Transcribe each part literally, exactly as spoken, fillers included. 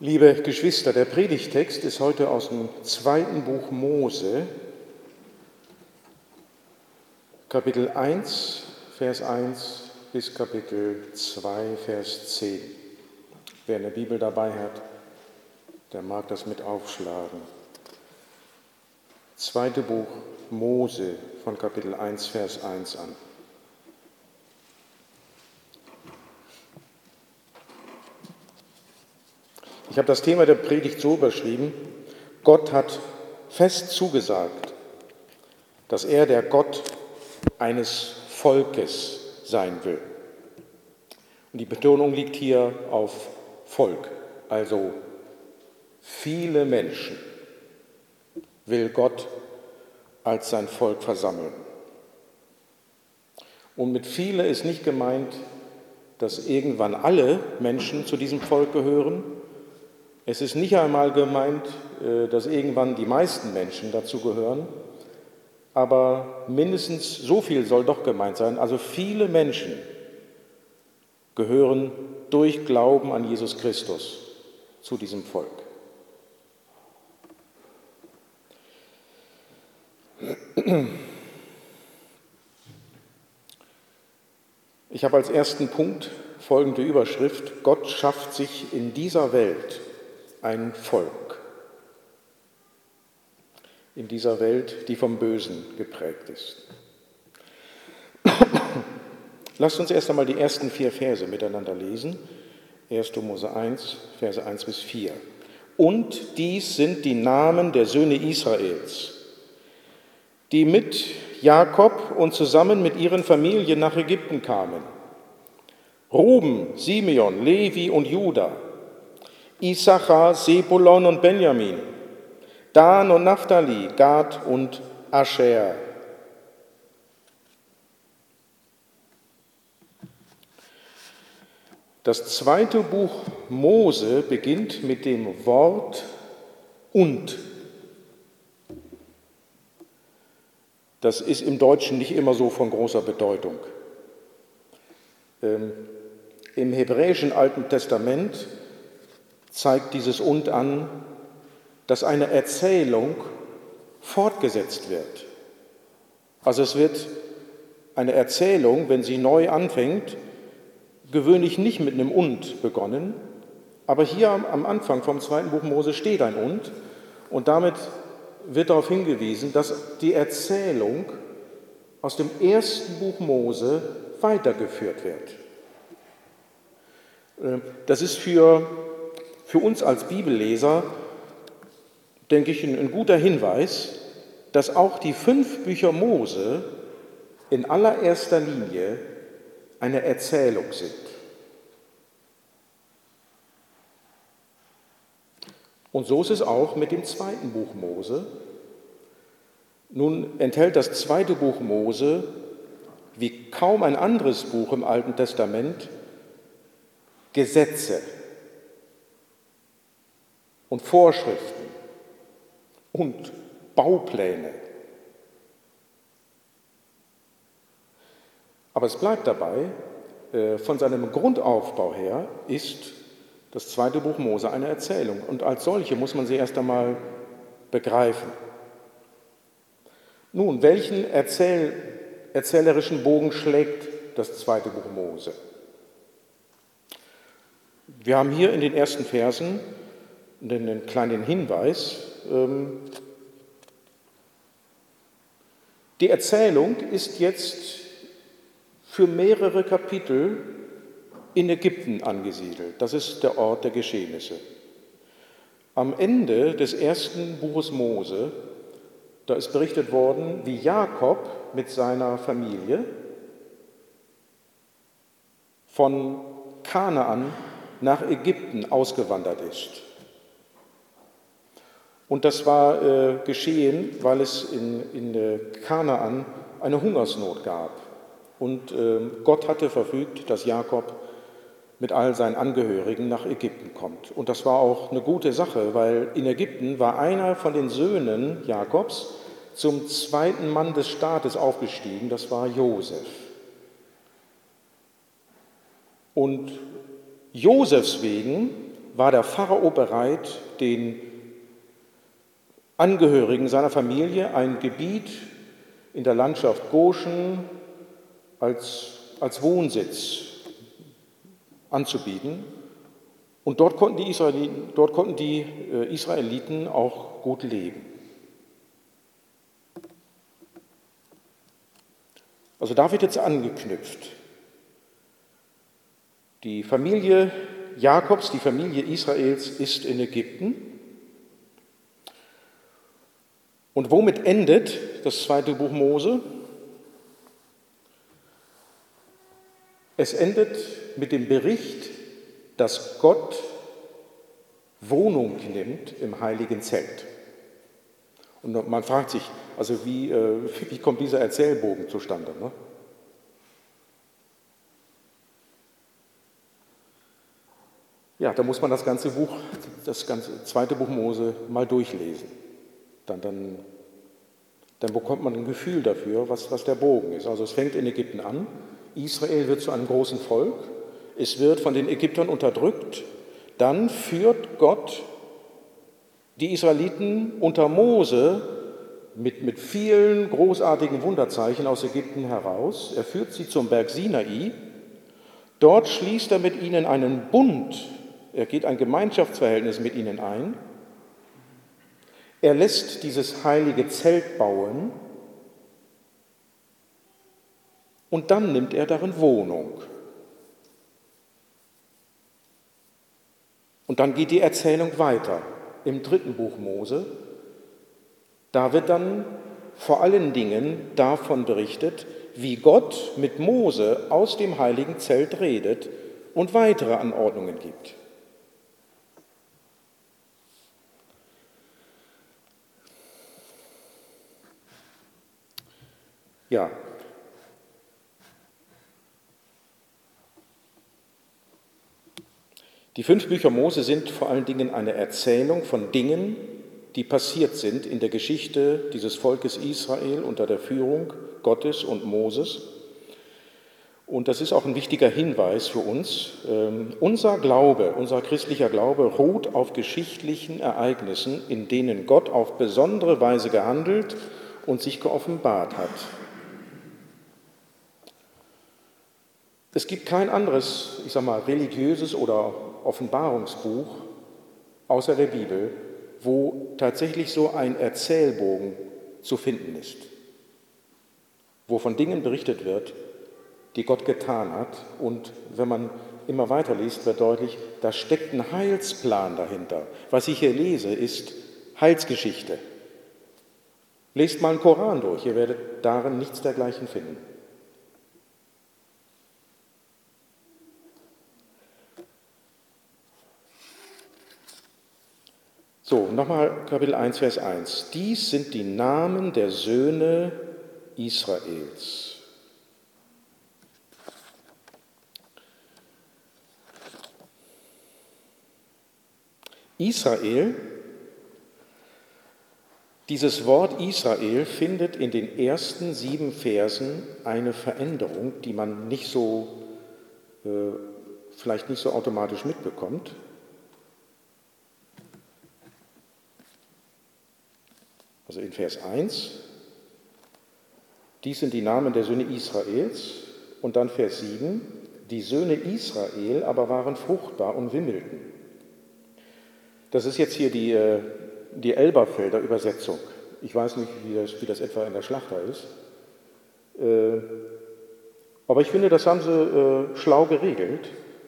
Liebe Geschwister, der Predigtext ist heute aus dem zweiten Buch Mose, Kapitel eins, Vers eins bis Kapitel zwei, Vers zehn. Wer eine Bibel dabei hat, der mag das mit aufschlagen. Zweite Buch Mose von Kapitel eins, Vers eins an. Ich habe das Thema der Predigt so überschrieben: Gott hat fest zugesagt, dass er der Gott eines Volkes sein will. Und die Betonung liegt hier auf Volk, also viele Menschen will Gott als sein Volk versammeln. Und mit viele ist nicht gemeint, dass irgendwann alle Menschen zu diesem Volk gehören. Es ist nicht einmal gemeint, dass irgendwann die meisten Menschen dazu gehören, aber mindestens so viel soll doch gemeint sein. Also viele Menschen gehören durch Glauben an Jesus Christus zu diesem Volk. Ich habe als ersten Punkt folgende Überschrift: Gott schafft sich in dieser Welt ein Volk, in dieser Welt, die vom Bösen geprägt ist. Lasst uns erst einmal die ersten vier Verse miteinander lesen. erster Mose eins, Verse eins bis vier. Und dies sind die Namen der Söhne Israels, die mit Jakob und zusammen mit ihren Familien nach Ägypten kamen: Ruben, Simeon, Levi und Juda, Issachar, Sebulon und Benjamin, Dan und Naphtali, Gad und Ascher. Das zweite Buch Mose beginnt mit dem Wort und. Das ist im Deutschen nicht immer so von großer Bedeutung. Ähm, Im hebräischen Alten Testament zeigt dieses und an, dass eine Erzählung fortgesetzt wird. Also es wird eine Erzählung, wenn sie neu anfängt, gewöhnlich nicht mit einem und begonnen, aber hier am Anfang vom zweiten Buch Mose steht ein und und damit wird darauf hingewiesen, dass die Erzählung aus dem ersten Buch Mose weitergeführt wird. Das ist für, für uns als Bibelleser, denke ich, ein, ein guter Hinweis, dass auch die fünf Bücher Mose in allererster Linie eine Erzählung sind. Und so ist es auch mit dem zweiten Buch Mose. Nun enthält das zweite Buch Mose, wie kaum ein anderes Buch im Alten Testament, Gesetze und Vorschriften und Baupläne. Aber es bleibt dabei, von seinem Grundaufbau her ist das zweite Buch Mose eine Erzählung. Und als solche muss man sie erst einmal begreifen. Nun, welchen Erzähl, erzählerischen Bogen schlägt das zweite Buch Mose? Wir haben hier in den ersten Versen einen kleinen Hinweis. Die Erzählung ist jetzt für mehrere Kapitel in Ägypten angesiedelt. Das ist der Ort der Geschehnisse. Am Ende des ersten Buches Mose, da ist berichtet worden, wie Jakob mit seiner Familie von Kanaan nach Ägypten ausgewandert ist. Und das war äh, geschehen, weil es in, in äh, Kanaan eine Hungersnot gab. Und äh, Gott hatte verfügt, dass Jakob mit all seinen Angehörigen nach Ägypten kommt. Und das war auch eine gute Sache, weil in Ägypten war einer von den Söhnen Jakobs zum zweiten Mann des Staates aufgestiegen, das war Josef. Und Josefs wegen war der Pharao bereit, den Angehörigen seiner Familie ein Gebiet in der Landschaft Goshen als, als Wohnsitz anzubieten. Und dort konnten die Israeliten, dort konnten die äh, Israeliten auch gut leben. Also da wird jetzt angeknüpft. Die Familie Jakobs, die Familie Israels ist in Ägypten. Und womit endet das zweite Buch Mose? Es endet mit dem Bericht, dass Gott Wohnung nimmt im heiligen Zelt. Und man fragt sich, also wie, äh, wie kommt dieser Erzählbogen zustande? Ne? Ja, da muss man das ganze Buch, das ganze zweite Buch Mose mal durchlesen. Dann, dann, dann bekommt man ein Gefühl dafür, was, was der Bogen ist. Also es fängt in Ägypten an, Israel wird zu einem großen Volk, es wird von den Ägyptern unterdrückt, dann führt Gott die Israeliten unter Mose mit, mit vielen großartigen Wunderzeichen aus Ägypten heraus. Er führt sie zum Berg Sinai. Dort schließt er mit ihnen einen Bund. Er geht ein Gemeinschaftsverhältnis mit ihnen ein. Er lässt dieses heilige Zelt bauen und dann nimmt er darin Wohnung. Und dann geht die Erzählung weiter im dritten Buch Mose. Da wird dann vor allen Dingen davon berichtet, wie Gott mit Mose aus dem heiligen Zelt redet und weitere Anordnungen gibt. Ja. Die fünf Bücher Mose sind vor allen Dingen eine Erzählung von Dingen, die passiert sind in der Geschichte dieses Volkes Israel unter der Führung Gottes und Moses. Und das ist auch ein wichtiger Hinweis für uns. Ähm, unser Glaube, unser christlicher Glaube ruht auf geschichtlichen Ereignissen, in denen Gott auf besondere Weise gehandelt und sich geoffenbart hat. Es gibt kein anderes, ich sage mal, religiöses oder Offenbarungsbuch außer der Bibel, wo tatsächlich so ein Erzählbogen zu finden ist, wo von Dingen berichtet wird, die Gott getan hat. Und wenn man immer weiter liest, wird deutlich, da steckt ein Heilsplan dahinter. Was ich hier lese, ist Heilsgeschichte. Lest mal einen Koran durch, ihr werdet darin nichts dergleichen finden. So, nochmal Kapitel eins, Vers eins. Dies sind die Namen der Söhne Israels. Israel, dieses Wort Israel findet in den ersten sieben Versen eine Veränderung, die man nicht so, äh, vielleicht nicht so automatisch mitbekommt. Also in Vers eins, dies sind die Namen der Söhne Israels, und dann Vers sieben, die Söhne Israel aber waren fruchtbar und wimmelten. Das ist jetzt hier die, die Elberfelder Übersetzung. Ich weiß nicht, wie das, wie das etwa in der Schlachter ist. Aber ich finde, das haben sie schlau geregelt,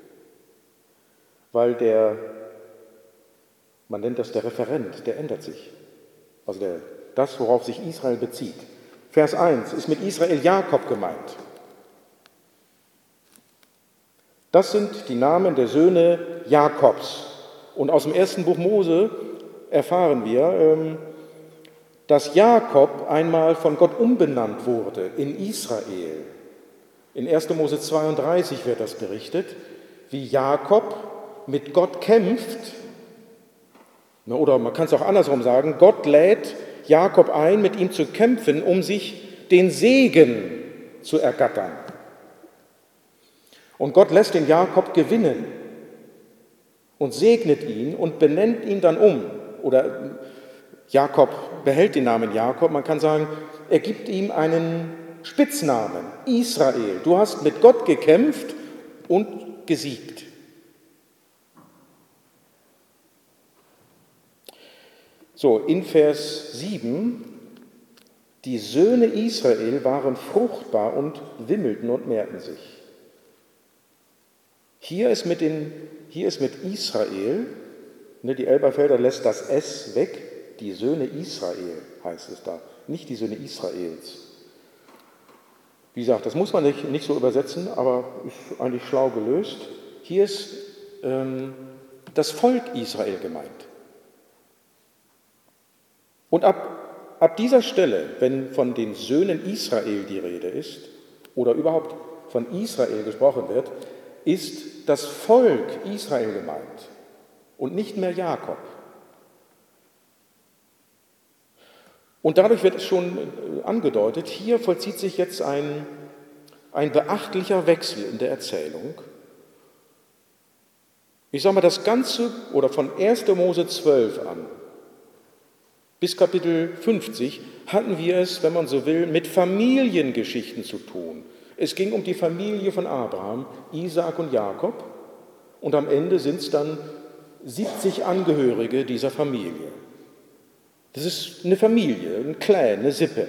weil der, man nennt das der Referent, der ändert sich. Also der, das, worauf sich Israel bezieht. Vers eins ist mit Israel Jakob gemeint. Das sind die Namen der Söhne Jakobs. Und aus dem ersten Buch Mose erfahren wir, dass Jakob einmal von Gott umbenannt wurde in Israel. In erster Mose zweiunddreißig wird das berichtet, wie Jakob mit Gott kämpft. Oder man kann es auch andersrum sagen, Gott lädt Jakob ein, mit ihm zu kämpfen, um sich den Segen zu ergattern. Und Gott lässt den Jakob gewinnen. und segnet ihn und benennt ihn dann um. Oder Jakob behält den Namen Jakob. Man kann sagen, er gibt ihm einen Spitznamen, Israel. Du hast mit Gott gekämpft und gesiegt. So, in Vers sieben, die Söhne Israel waren fruchtbar und wimmelten und mehrten sich. Hier ist mit, den, hier ist mit Israel, ne, die Elberfelder lässt das S weg, die Söhne Israel heißt es da, nicht die Söhne Israels. Wie gesagt, das muss man nicht, nicht so übersetzen, aber ist eigentlich schlau gelöst. Hier ist ähm, das Volk Israel gemeint. Und ab, ab dieser Stelle, wenn von den Söhnen Israel die Rede ist oder überhaupt von Israel gesprochen wird, ist das Volk Israel gemeint und nicht mehr Jakob. Und dadurch wird es schon angedeutet, hier vollzieht sich jetzt ein, ein beachtlicher Wechsel in der Erzählung. Ich sage mal, das Ganze, oder von erster Mose zwölf an bis Kapitel fünfzig hatten wir es, wenn man so will, mit Familiengeschichten zu tun. Es ging um die Familie von Abraham, Isaak und Jakob und am Ende sind es dann siebzig Angehörige dieser Familie. Das ist eine Familie, ein Clan, eine Sippe.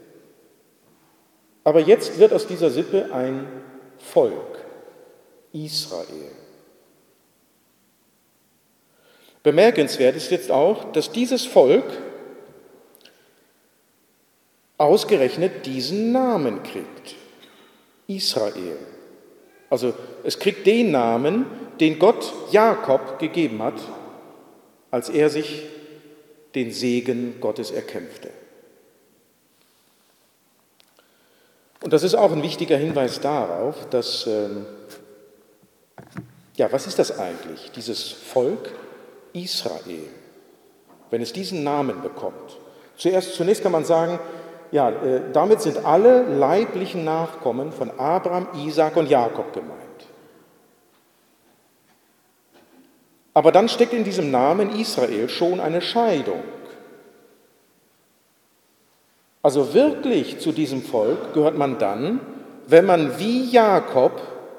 Aber jetzt wird aus dieser Sippe ein Volk, Israel. Bemerkenswert ist jetzt auch, dass dieses Volk ausgerechnet diesen Namen kriegt, Israel. Also es kriegt den Namen, den Gott Jakob gegeben hat, als er sich den Segen Gottes erkämpfte. Und das ist auch ein wichtiger Hinweis darauf, dass, ähm, ja, was ist das eigentlich, dieses Volk Israel, wenn es diesen Namen bekommt? Zuerst, zunächst kann man sagen, ja, äh, damit sind alle leiblichen Nachkommen von Abraham, Isaak und Jakob gemeint. Aber dann steckt in diesem Namen Israel schon eine Scheidung. Also wirklich zu diesem Volk gehört man dann, wenn man wie Jakob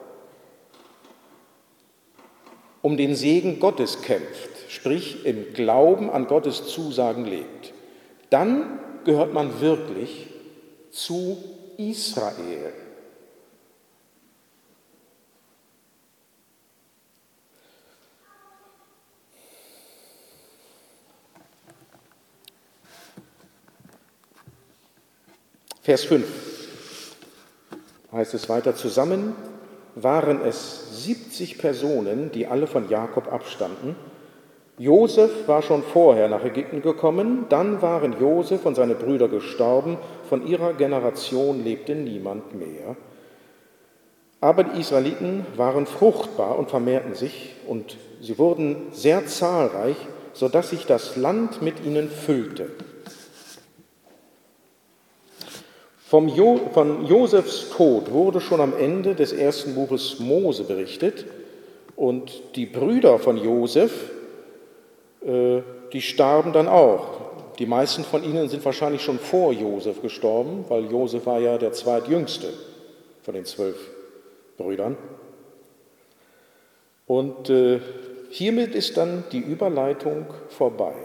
um den Segen Gottes kämpft, sprich im Glauben an Gottes Zusagen lebt. Dann gehört man wirklich zu Israel. Vers fünf heißt es weiter, zusammen waren es siebzig Personen, die alle von Jakob abstammten. Josef war schon vorher nach Ägypten gekommen, dann waren Josef und seine Brüder gestorben, von ihrer Generation lebte niemand mehr. Aber die Israeliten waren fruchtbar und vermehrten sich und sie wurden sehr zahlreich, sodass sich das Land mit ihnen füllte. Vom jo, von Josefs Tod wurde schon am Ende des ersten Buches Mose berichtet und die Brüder von Josef, die starben dann auch. Die meisten von ihnen sind wahrscheinlich schon vor Josef gestorben, weil Josef war ja der zweitjüngste von den zwölf Brüdern. Und äh, hiermit ist dann die Überleitung vorbei.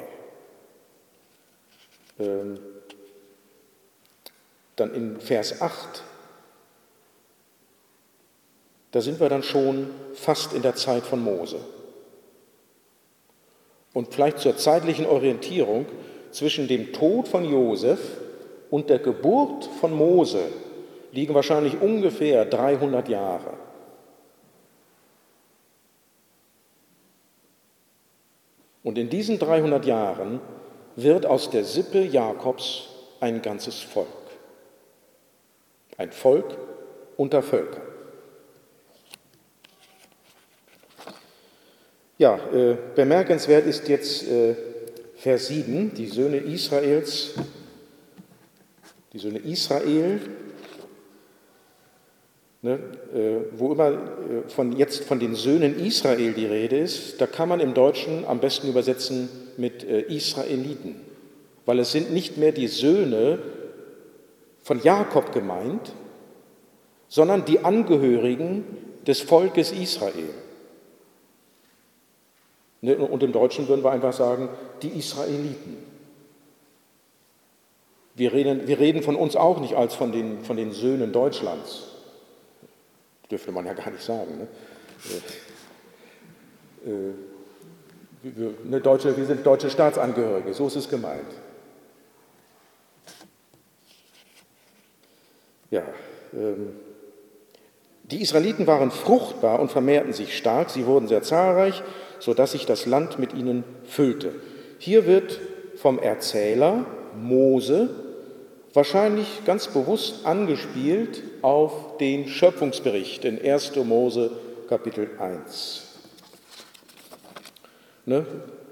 Ähm, dann in Vers acht, da sind wir dann schon fast in der Zeit von Mose. Und vielleicht zur zeitlichen Orientierung, zwischen dem Tod von Josef und der Geburt von Mose liegen wahrscheinlich ungefähr dreihundert Jahre. Und in diesen dreihundert Jahren wird aus der Sippe Jakobs ein ganzes Volk. Ein Volk unter Völkern. Ja, äh, bemerkenswert ist jetzt äh, Vers sieben, die Söhne Israels, die Söhne Israel, Ne, äh, wo immer äh, von jetzt von den Söhnen Israel die Rede ist, da kann man im Deutschen am besten übersetzen mit äh, Israeliten, weil es sind nicht mehr die Söhne von Jakob gemeint, sondern die Angehörigen des Volkes Israel. Ne, und im Deutschen würden wir einfach sagen, die Israeliten. Wir reden, wir reden von uns auch nicht als von den, von den Söhnen Deutschlands. Dürfte man ja gar nicht sagen. Ne? Äh, äh, wir, ne, Deutsche, wir sind deutsche Staatsangehörige, so ist es gemeint. Ja, ähm, die Israeliten waren fruchtbar und vermehrten sich stark, sie wurden sehr zahlreich, sodass sich das Land mit ihnen füllte. Hier wird vom Erzähler Mose wahrscheinlich ganz bewusst angespielt auf den Schöpfungsbericht in erster Mose Kapitel eins. Ne?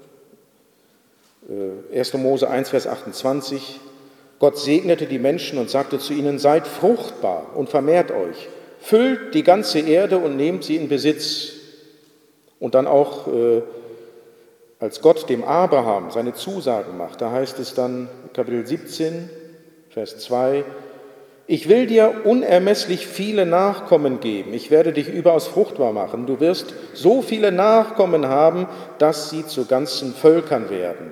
erster Mose eins, Vers achtundzwanzig. Gott segnete die Menschen und sagte zu ihnen, seid fruchtbar und vermehrt euch, füllt die ganze Erde und nehmt sie in Besitz. Und dann auch, äh, als Gott dem Abraham seine Zusagen macht, da heißt es dann Kapitel siebzehn, Vers zwei, ich will dir unermesslich viele Nachkommen geben, ich werde dich überaus fruchtbar machen, du wirst so viele Nachkommen haben, dass sie zu ganzen Völkern werden.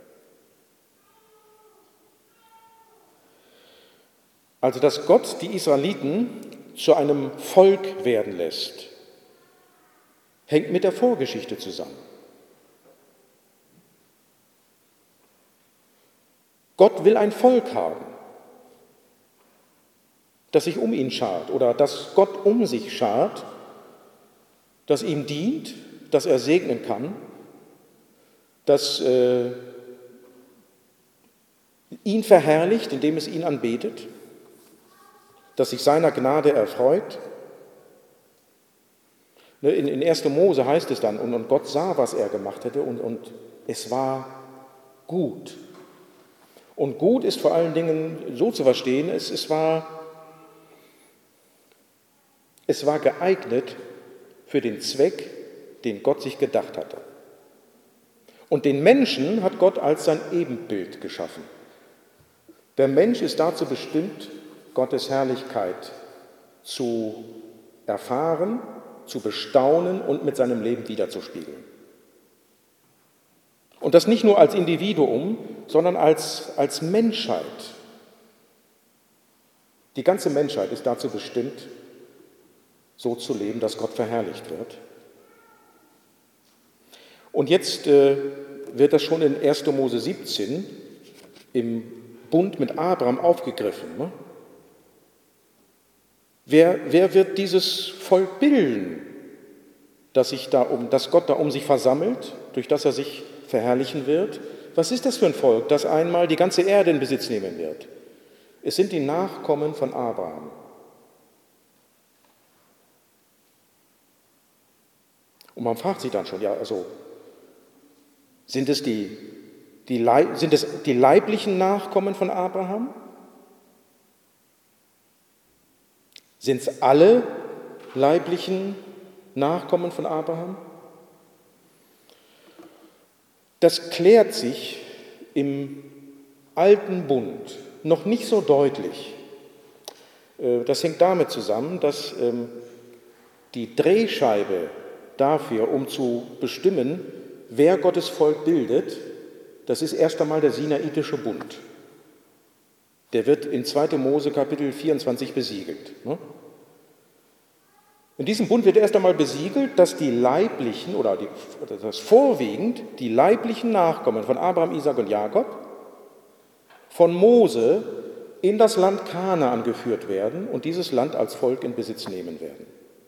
Also, dass Gott die Israeliten zu einem Volk werden lässt, hängt mit der Vorgeschichte zusammen. Gott will ein Volk haben, das sich um ihn schart oder das Gott um sich schart, das ihm dient, das er segnen kann, das äh, ihn verherrlicht, indem es ihn anbetet, das sich seiner Gnade erfreut. In, in erster Mose heißt es dann, und, und Gott sah, was er gemacht hätte, und, und es war gut. Und gut ist vor allen Dingen so zu verstehen, es, es, war, es war geeignet für den Zweck, den Gott sich gedacht hatte. Und den Menschen hat Gott als sein Ebenbild geschaffen. Der Mensch ist dazu bestimmt, Gottes Herrlichkeit zu erfahren, zu bestaunen und mit seinem Leben widerzuspiegeln. Und das nicht nur als Individuum, sondern als, als Menschheit. Die ganze Menschheit ist dazu bestimmt, so zu leben, dass Gott verherrlicht wird. Und jetzt äh, wird das schon in erster Mose siebzehn im Bund mit Abraham aufgegriffen. Ne? Wer, wer wird dieses Volk bilden, das, sich da um, das Gott da um sich versammelt, durch das er sich verherrlichen wird? Was ist das für ein Volk, das einmal die ganze Erde in Besitz nehmen wird? Es sind die Nachkommen von Abraham. Und man fragt sich dann schon, ja, also sind es die, die, sind es die leiblichen Nachkommen von Abraham? Sind es alle leiblichen Nachkommen von Abraham? Das klärt sich im Alten Bund noch nicht so deutlich. Das hängt damit zusammen, dass die Drehscheibe dafür, um zu bestimmen, wer Gottes Volk bildet, das ist erst einmal der Sinaitische Bund. Der wird in zweiter Mose Kapitel vierundzwanzig besiegelt. In diesem Bund wird erst einmal besiegelt, dass die leiblichen, oder, die, oder das vorwiegend, die leiblichen Nachkommen von Abraham, Isaak und Jakob von Mose in das Land Kanaan geführt werden und dieses Land als Volk in Besitz nehmen werden.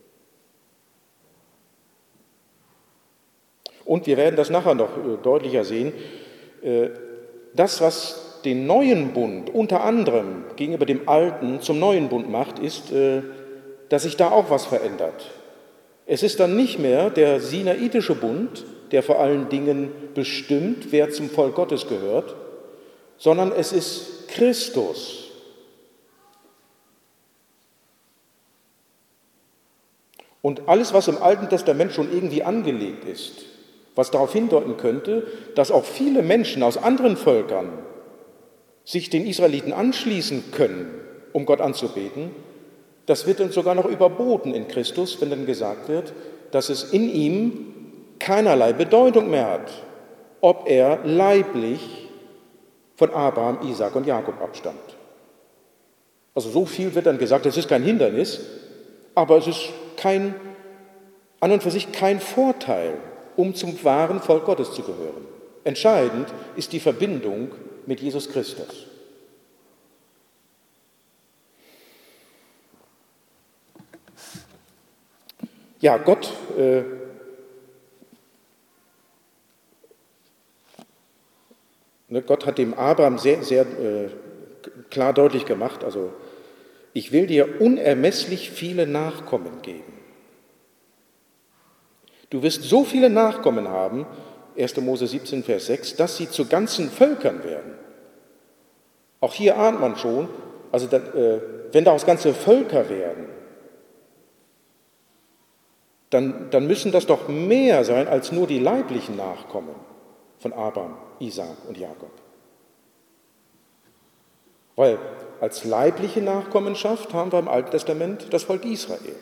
Und wir werden das nachher noch deutlicher sehen, das, was den neuen Bund unter anderem gegenüber dem alten zum neuen Bund macht, ist, dass sich da auch was verändert. Es ist dann nicht mehr der Sinaitische Bund, der vor allen Dingen bestimmt, wer zum Volk Gottes gehört, sondern es ist Christus. Und alles, was im Alten Testament schon irgendwie angelegt ist, was darauf hindeuten könnte, dass auch viele Menschen aus anderen Völkern sich den Israeliten anschließen können, um Gott anzubeten, das wird dann sogar noch überboten in Christus, wenn dann gesagt wird, dass es in ihm keinerlei Bedeutung mehr hat, ob er leiblich von Abraham, Isaak und Jakob abstammt. Also so viel wird dann gesagt, es ist kein Hindernis, aber es ist kein, an und für sich kein Vorteil, um zum wahren Volk Gottes zu gehören. Entscheidend ist die Verbindung mit Jesus Christus. Ja, Gott äh, ne, Gott hat dem Abraham sehr, sehr äh, klar deutlich gemacht, also ich will dir unermesslich viele Nachkommen geben. Du wirst so viele Nachkommen haben, erster Mose siebzehn, Vers sechs, dass sie zu ganzen Völkern werden. Auch hier ahnt man schon, also da, äh, wenn daraus ganze Völker werden, dann, dann müssen das doch mehr sein als nur die leiblichen Nachkommen von Abraham, Isaak und Jakob. Weil als leibliche Nachkommenschaft haben wir im Alten Testament das Volk Israel.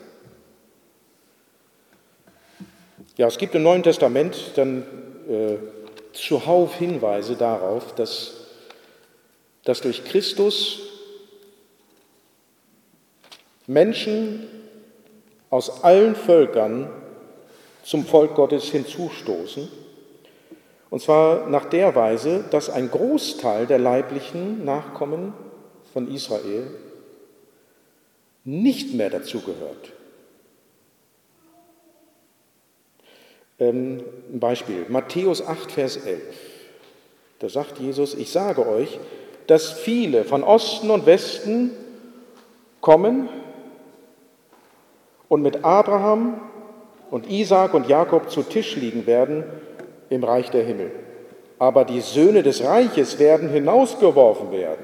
Ja, es gibt im Neuen Testament dann äh, zuhauf Hinweise darauf, dass, dass durch Christus Menschen aus allen Völkern zum Volk Gottes hinzustoßen. Und zwar nach der Weise, dass ein Großteil der leiblichen Nachkommen von Israel nicht mehr dazugehört. Ähm, ein Beispiel, Matthäus acht, Vers elf. Da sagt Jesus, ich sage euch, dass viele von Osten und Westen kommen und mit Abraham und Isaak und Jakob zu Tisch liegen werden im Reich der Himmel. Aber die Söhne des Reiches werden hinausgeworfen werden.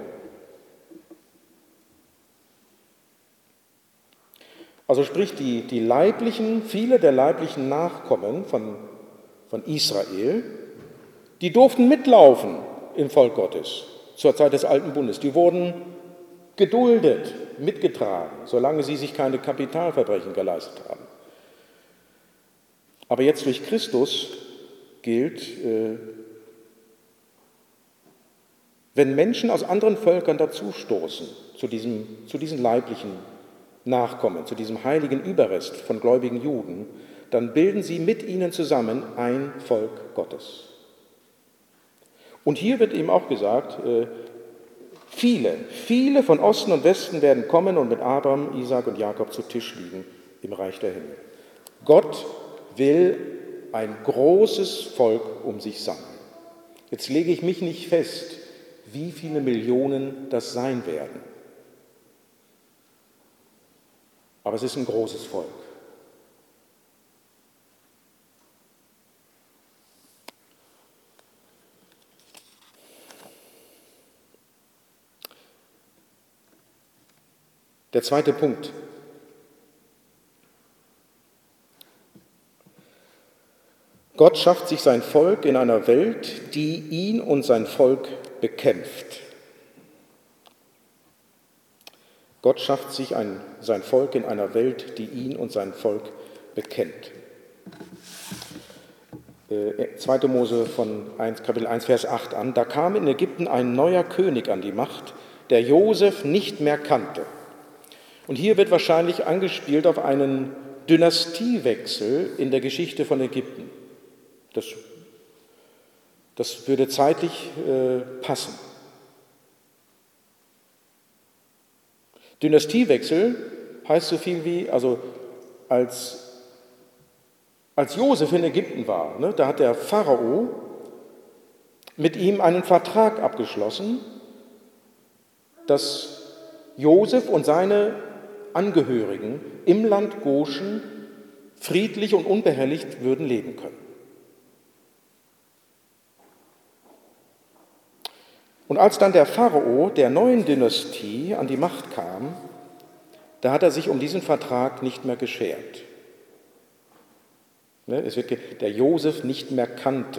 Also sprich, die, die leiblichen, viele der leiblichen Nachkommen von, von Israel, die durften mitlaufen im Volk Gottes zur Zeit des Alten Bundes. Die wurden geduldet, mitgetragen, solange sie sich keine Kapitalverbrechen geleistet haben. Aber jetzt durch Christus gilt, äh, wenn Menschen aus anderen Völkern dazustoßen, zu, diesem, zu diesen leiblichen Nachkommen, zu diesem heiligen Überrest von gläubigen Juden, dann bilden sie mit ihnen zusammen ein Volk Gottes. Und hier wird eben auch gesagt, äh, viele, viele von Osten und Westen werden kommen und mit Abraham, Isaak und Jakob zu Tisch liegen im Reich der Himmel. Gott will ein großes Volk um sich sammeln. Jetzt lege ich mich nicht fest, wie viele Millionen das sein werden. Aber es ist ein großes Volk. Der zweite Punkt. Gott schafft sich sein Volk in einer Welt, die ihn und sein Volk bekämpft. Gott schafft sich ein, sein Volk in einer Welt, die ihn und sein Volk bekennt. Äh, zweiter Mose von eins, Kapitel eins, Vers acht an. Da kam in Ägypten ein neuer König an die Macht, der Josef nicht mehr kannte. Und hier wird wahrscheinlich angespielt auf einen Dynastiewechsel in der Geschichte von Ägypten. Das, das würde zeitlich äh, passen. Dynastiewechsel heißt so viel wie, also als, als Josef in Ägypten war, ne, da hat der Pharao mit ihm einen Vertrag abgeschlossen, dass Josef und seine Angehörigen im Land Goshen friedlich und unbehelligt würden leben können. Und als dann der Pharao der neuen Dynastie an die Macht kam, da hat er sich um diesen Vertrag nicht mehr geschert. Ne, es wird, der Josef nicht mehr kannte.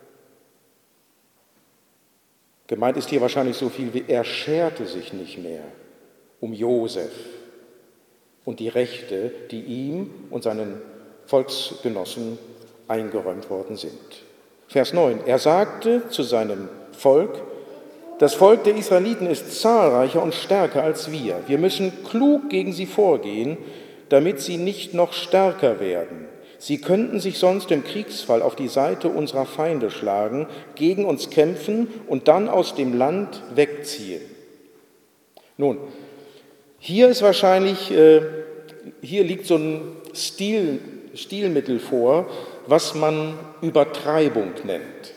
Gemeint ist hier wahrscheinlich so viel wie, er scherte sich nicht mehr um Josef und die Rechte, die ihm und seinen Volksgenossen eingeräumt worden sind. Vers neun, er sagte zu seinem Volk, das Volk der Israeliten ist zahlreicher und stärker als wir. Wir müssen klug gegen sie vorgehen, damit sie nicht noch stärker werden. Sie könnten sich sonst im Kriegsfall auf die Seite unserer Feinde schlagen, gegen uns kämpfen und dann aus dem Land wegziehen. Nun, hier ist wahrscheinlich, äh, hier liegt so ein Stil, Stilmittel vor, was man Übertreibung nennt.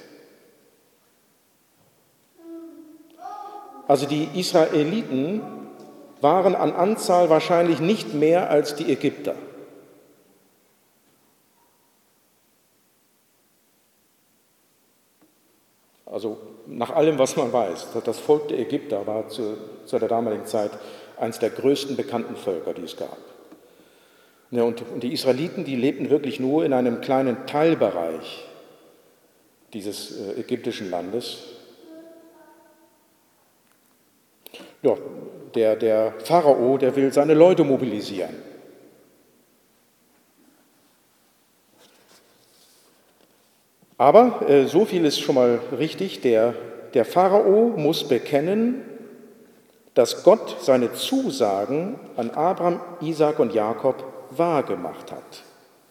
Also die Israeliten waren an Anzahl wahrscheinlich nicht mehr als die Ägypter. Also nach allem, was man weiß, das Volk der Ägypter war zu, zu der damaligen Zeit eines der größten bekannten Völker, die es gab. Ja, und, und die Israeliten, die lebten wirklich nur in einem kleinen Teilbereich dieses äh, ägyptischen Landes. Ja, der, der Pharao, der will seine Leute mobilisieren. Aber äh, so viel ist schon mal richtig, der, der Pharao muss bekennen, dass Gott seine Zusagen an Abraham, Isaak und Jakob wahrgemacht hat.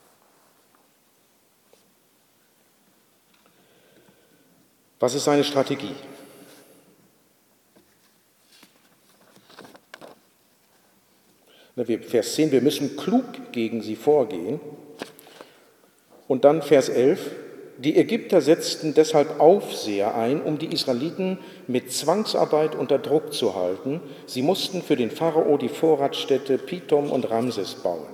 Was ist seine Strategie? Vers zehn, wir müssen klug gegen sie vorgehen. Und dann Vers elf, die Ägypter setzten deshalb Aufseher ein, um die Israeliten mit Zwangsarbeit unter Druck zu halten. Sie mussten für den Pharao die Vorratsstädte Pithom und Ramses bauen.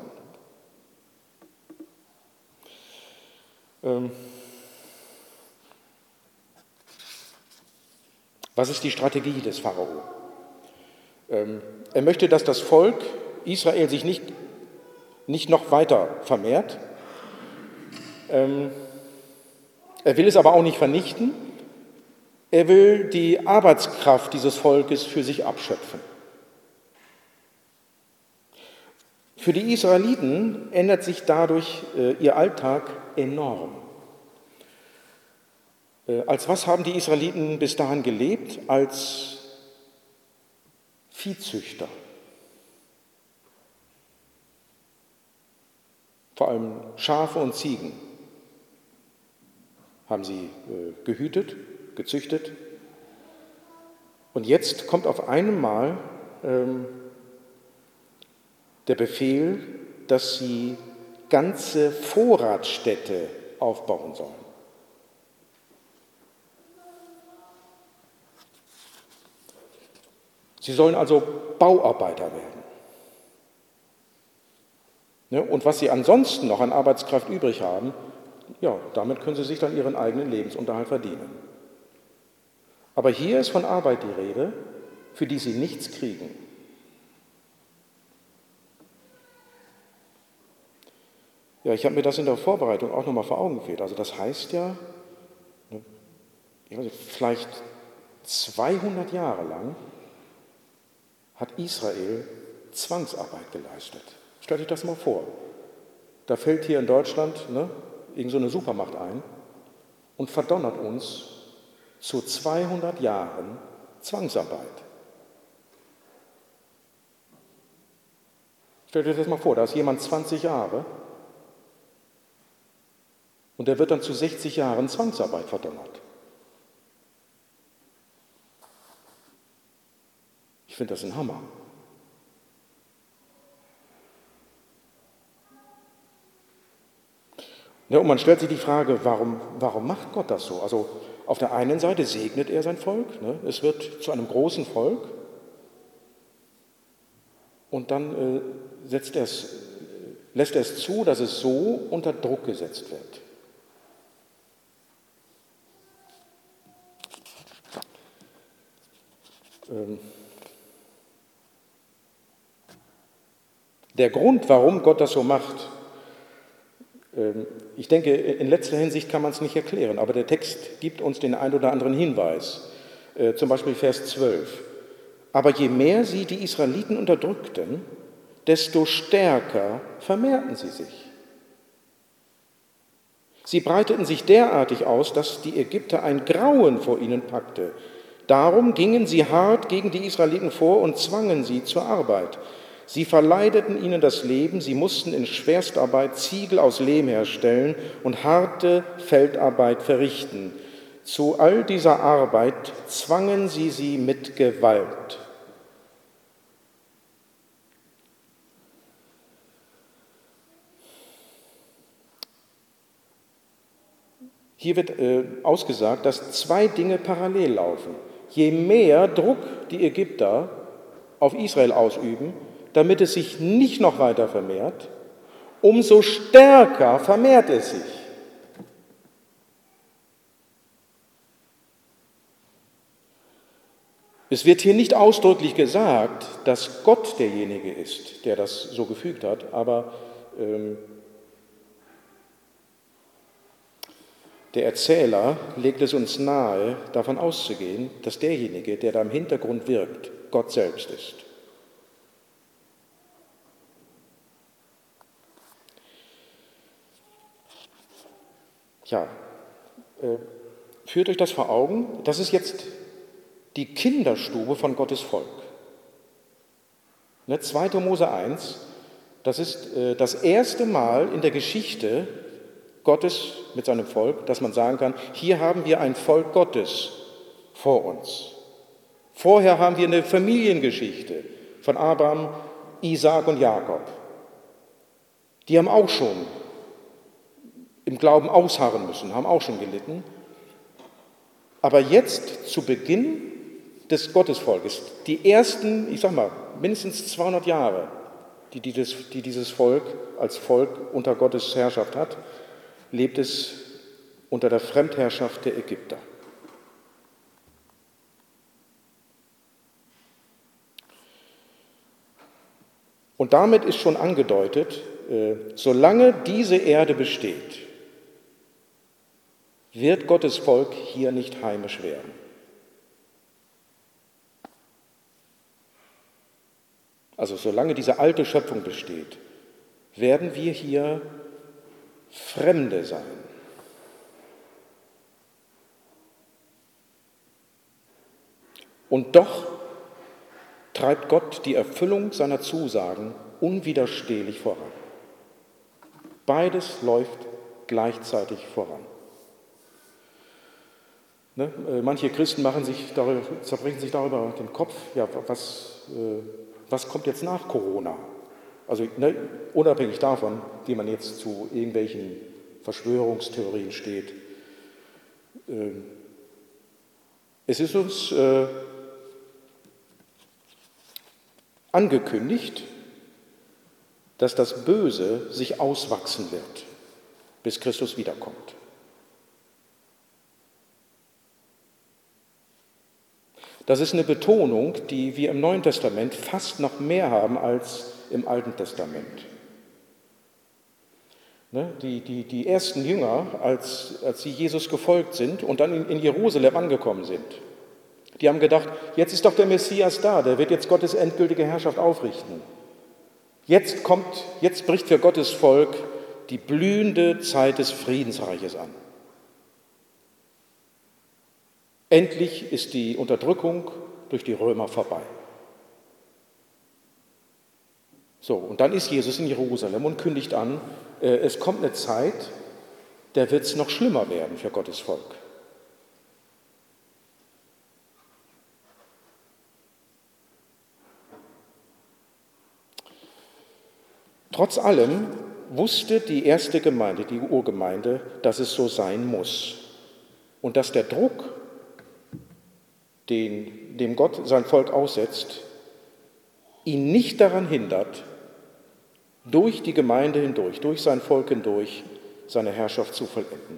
Ähm Was ist die Strategie des Pharao? Ähm er möchte, dass das Volk Israel sich nicht, nicht noch weiter vermehrt. Ähm, er will es aber auch nicht vernichten. Er will die Arbeitskraft dieses Volkes für sich abschöpfen. Für die Israeliten ändert sich dadurch äh, ihr Alltag enorm. Äh, als was haben die Israeliten bis dahin gelebt? Als Viehzüchter. Vor allem Schafe und Ziegen haben sie äh, gehütet, gezüchtet. Und jetzt kommt auf einmal ähm, der Befehl, dass sie ganze Vorratsstädte aufbauen sollen. Sie sollen also Bauarbeiter werden. Ja, und was sie ansonsten noch an Arbeitskraft übrig haben, ja, damit können sie sich dann ihren eigenen Lebensunterhalt verdienen. Aber hier ist von Arbeit die Rede, für die sie nichts kriegen. Ja, ich habe mir das in der Vorbereitung auch nochmal vor Augen geführt. Also das heißt ja, ich weiß nicht, vielleicht zweihundert Jahre lang hat Israel Zwangsarbeit geleistet. Stellt euch das mal vor. Da fällt hier in Deutschland ne, irgend so eine Supermacht ein und verdonnert uns zu zweihundert Jahren Zwangsarbeit. Stellt euch das mal vor, da ist jemand zwanzig Jahre und der wird dann zu sechzig Jahren Zwangsarbeit verdonnert. Ich finde das ein Hammer. Ja, und man stellt sich die Frage, warum, warum macht Gott das so? Also auf der einen Seite segnet er sein Volk, ne? Es wird zu einem großen Volk und dann äh, setzt er es, lässt er es zu, dass es so unter Druck gesetzt wird. Ähm, der Grund, warum Gott das so macht, Ich denke, in letzter Hinsicht kann man es nicht erklären, aber der Text gibt uns den ein oder anderen Hinweis. Zum Beispiel Vers zwölf. Aber je mehr sie die Israeliten unterdrückten, desto stärker vermehrten sie sich. Sie breiteten sich derartig aus, dass die Ägypter ein Grauen vor ihnen packte. Darum gingen sie hart gegen die Israeliten vor und zwangen sie zur Arbeit. Sie verleideten ihnen das Leben, sie mussten in Schwerstarbeit Ziegel aus Lehm herstellen und harte Feldarbeit verrichten. Zu all dieser Arbeit zwangen sie sie mit Gewalt. Hier wird äh, ausgesagt, dass zwei Dinge parallel laufen. Je mehr Druck die Ägypter auf Israel ausüben, damit es sich nicht noch weiter vermehrt, umso stärker vermehrt es sich. Es wird hier nicht ausdrücklich gesagt, dass Gott derjenige ist, der das so gefügt hat, aber ähm, der Erzähler legt es uns nahe, davon auszugehen, dass derjenige, der da im Hintergrund wirkt, Gott selbst ist. Ja, äh, führt euch das vor Augen, das ist jetzt die Kinderstube von Gottes Volk. Ne, zweiter Mose eins, das ist äh, das erste Mal in der Geschichte Gottes mit seinem Volk, dass man sagen kann, hier haben wir ein Volk Gottes vor uns. Vorher haben wir eine Familiengeschichte von Abraham, Isaak und Jakob. Die haben auch schon im Glauben ausharren müssen, haben auch schon gelitten. Aber jetzt zu Beginn des Gottesvolkes, die ersten, ich sag mal, mindestens zweihundert Jahre, die dieses, die dieses Volk als Volk unter Gottes Herrschaft hat, lebt es unter der Fremdherrschaft der Ägypter. Und damit ist schon angedeutet, äh, solange diese Erde besteht, wird Gottes Volk hier nicht heimisch werden. Also solange diese alte Schöpfung besteht, werden wir hier Fremde sein. Und doch treibt Gott die Erfüllung seiner Zusagen unwiderstehlich voran. Beides läuft gleichzeitig voran. Ne? Manche Christen machen sich darüber, zerbrechen sich darüber den Kopf, ja, was, äh, was kommt jetzt nach Corona? Also ne, unabhängig davon, wie man jetzt zu irgendwelchen Verschwörungstheorien steht. Äh, es ist uns äh, angekündigt, dass das Böse sich auswachsen wird, bis Christus wiederkommt. Das ist eine Betonung, die wir im Neuen Testament fast noch mehr haben als im Alten Testament. Ne, die, die, die ersten Jünger, als, als sie Jesus gefolgt sind und dann in, in Jerusalem angekommen sind, die haben gedacht, jetzt ist doch der Messias da, der wird jetzt Gottes endgültige Herrschaft aufrichten. Jetzt kommt, jetzt bricht für Gottes Volk die blühende Zeit des Friedensreiches an. Endlich ist die Unterdrückung durch die Römer vorbei. So, und dann ist Jesus in Jerusalem und kündigt an, äh, es kommt eine Zeit, der wird es noch schlimmer werden für Gottes Volk. Trotz allem wusste die erste Gemeinde, die Urgemeinde, dass es so sein muss und dass der Druck, den, dem Gott sein Volk aussetzt, ihn nicht daran hindert, durch die Gemeinde hindurch, durch sein Volk hindurch, seine Herrschaft zu vollenden.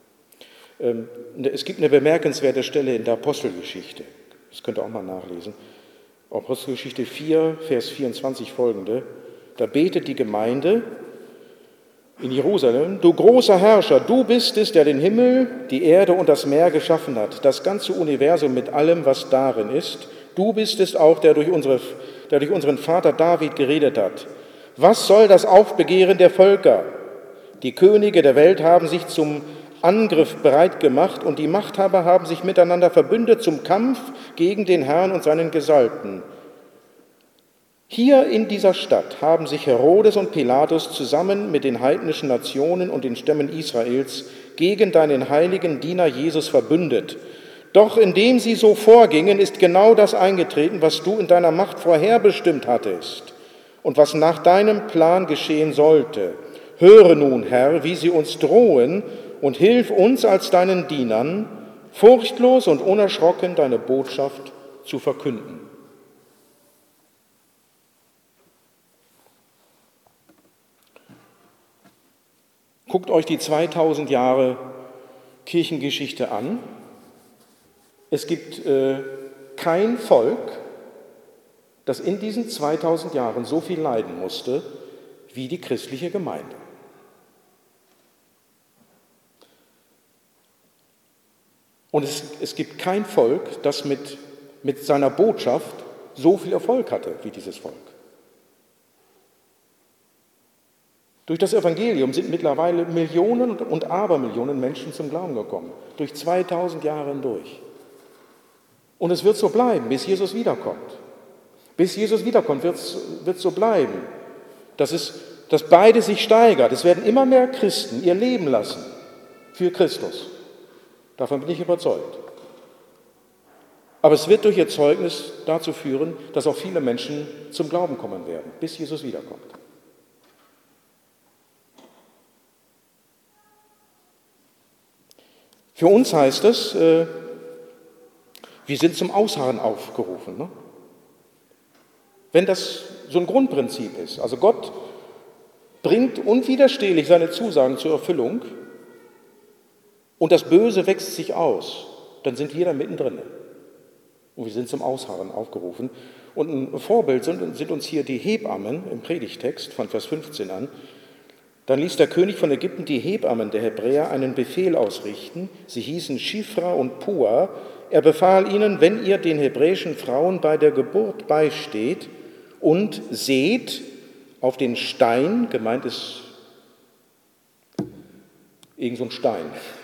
Es gibt eine bemerkenswerte Stelle in der Apostelgeschichte, das könnt ihr auch mal nachlesen, Apostelgeschichte vier, Vers vierundzwanzig folgende, da betet die Gemeinde, in Jerusalem: Du großer Herrscher, du bist es, der den Himmel, die Erde und das Meer geschaffen hat, das ganze Universum mit allem, was darin ist. Du bist es auch, der durch, unsere, der durch unseren Vater David geredet hat. Was soll das Aufbegehren der Völker? Die Könige der Welt haben sich zum Angriff bereit gemacht und die Machthaber haben sich miteinander verbündet zum Kampf gegen den Herrn und seinen Gesalbten. Hier in dieser Stadt haben sich Herodes und Pilatus zusammen mit den heidnischen Nationen und den Stämmen Israels gegen deinen heiligen Diener Jesus verbündet. Doch indem sie so vorgingen, ist genau das eingetreten, was du in deiner Macht vorherbestimmt hattest und was nach deinem Plan geschehen sollte. Höre nun, Herr, wie sie uns drohen, und hilf uns als deinen Dienern, furchtlos und unerschrocken deine Botschaft zu verkünden. Guckt euch die zweitausend Jahre Kirchengeschichte an. Es gibt äh, kein Volk, das in diesen zweitausend Jahren so viel leiden musste wie die christliche Gemeinde. Und es, es gibt kein Volk, das mit, mit seiner Botschaft so viel Erfolg hatte wie dieses Volk. Durch das Evangelium sind mittlerweile Millionen und Abermillionen Menschen zum Glauben gekommen, durch zweitausend Jahre hindurch. Und es wird so bleiben, bis Jesus wiederkommt. Bis Jesus wiederkommt, wird es so bleiben, dass, es, dass beide sich steigert. Es werden immer mehr Christen ihr Leben lassen für Christus. Davon bin ich überzeugt. Aber es wird durch ihr Zeugnis dazu führen, dass auch viele Menschen zum Glauben kommen werden, bis Jesus wiederkommt. Für uns heißt es, äh, wir sind zum Ausharren aufgerufen. Ne? Wenn das so ein Grundprinzip ist, also Gott bringt unwiderstehlich seine Zusagen zur Erfüllung und das Böse wächst sich aus, dann sind wir da mittendrin. Und wir sind zum Ausharren aufgerufen. Und ein Vorbild sind, sind uns hier die Hebammen im Predigtext von Vers fünfzehn an. Dann ließ der König von Ägypten die Hebammen der Hebräer einen Befehl ausrichten. Sie hießen Schifra und Pua. Er befahl ihnen, wenn ihr den hebräischen Frauen bei der Geburt beisteht und seht auf den Stein, gemeint ist irgend so ein Stein,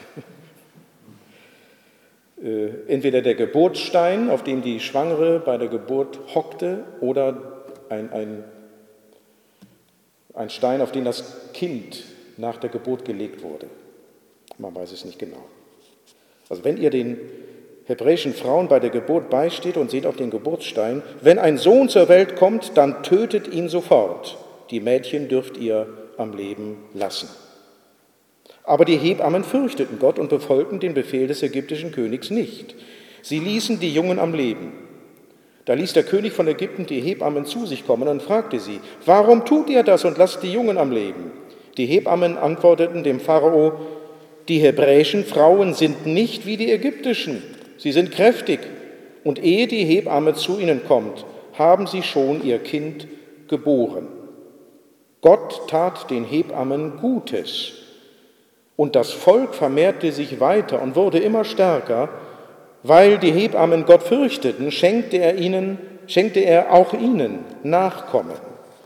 entweder der Geburtsstein, auf dem die Schwangere bei der Geburt hockte, oder ein, ein, ein Stein, auf den das Kind nach der Geburt gelegt wurde. Man weiß es nicht genau. Also wenn ihr den hebräischen Frauen bei der Geburt beisteht und seht auf den Geburtsstein, wenn ein Sohn zur Welt kommt, dann tötet ihn sofort. Die Mädchen dürft ihr am Leben lassen. Aber die Hebammen fürchteten Gott und befolgten den Befehl des ägyptischen Königs nicht. Sie ließen die Jungen am Leben. Da ließ der König von Ägypten die Hebammen zu sich kommen und fragte sie: Warum tut ihr das und lasst die Jungen am Leben? Die Hebammen antworteten dem Pharao: Die hebräischen Frauen sind nicht wie die ägyptischen. Sie sind kräftig. Und ehe die Hebamme zu ihnen kommt, haben sie schon ihr Kind geboren. Gott tat den Hebammen Gutes. Und das Volk vermehrte sich weiter und wurde immer stärker. Weil die Hebammen Gott fürchteten, schenkte er ihnen, schenkte er auch ihnen Nachkommen.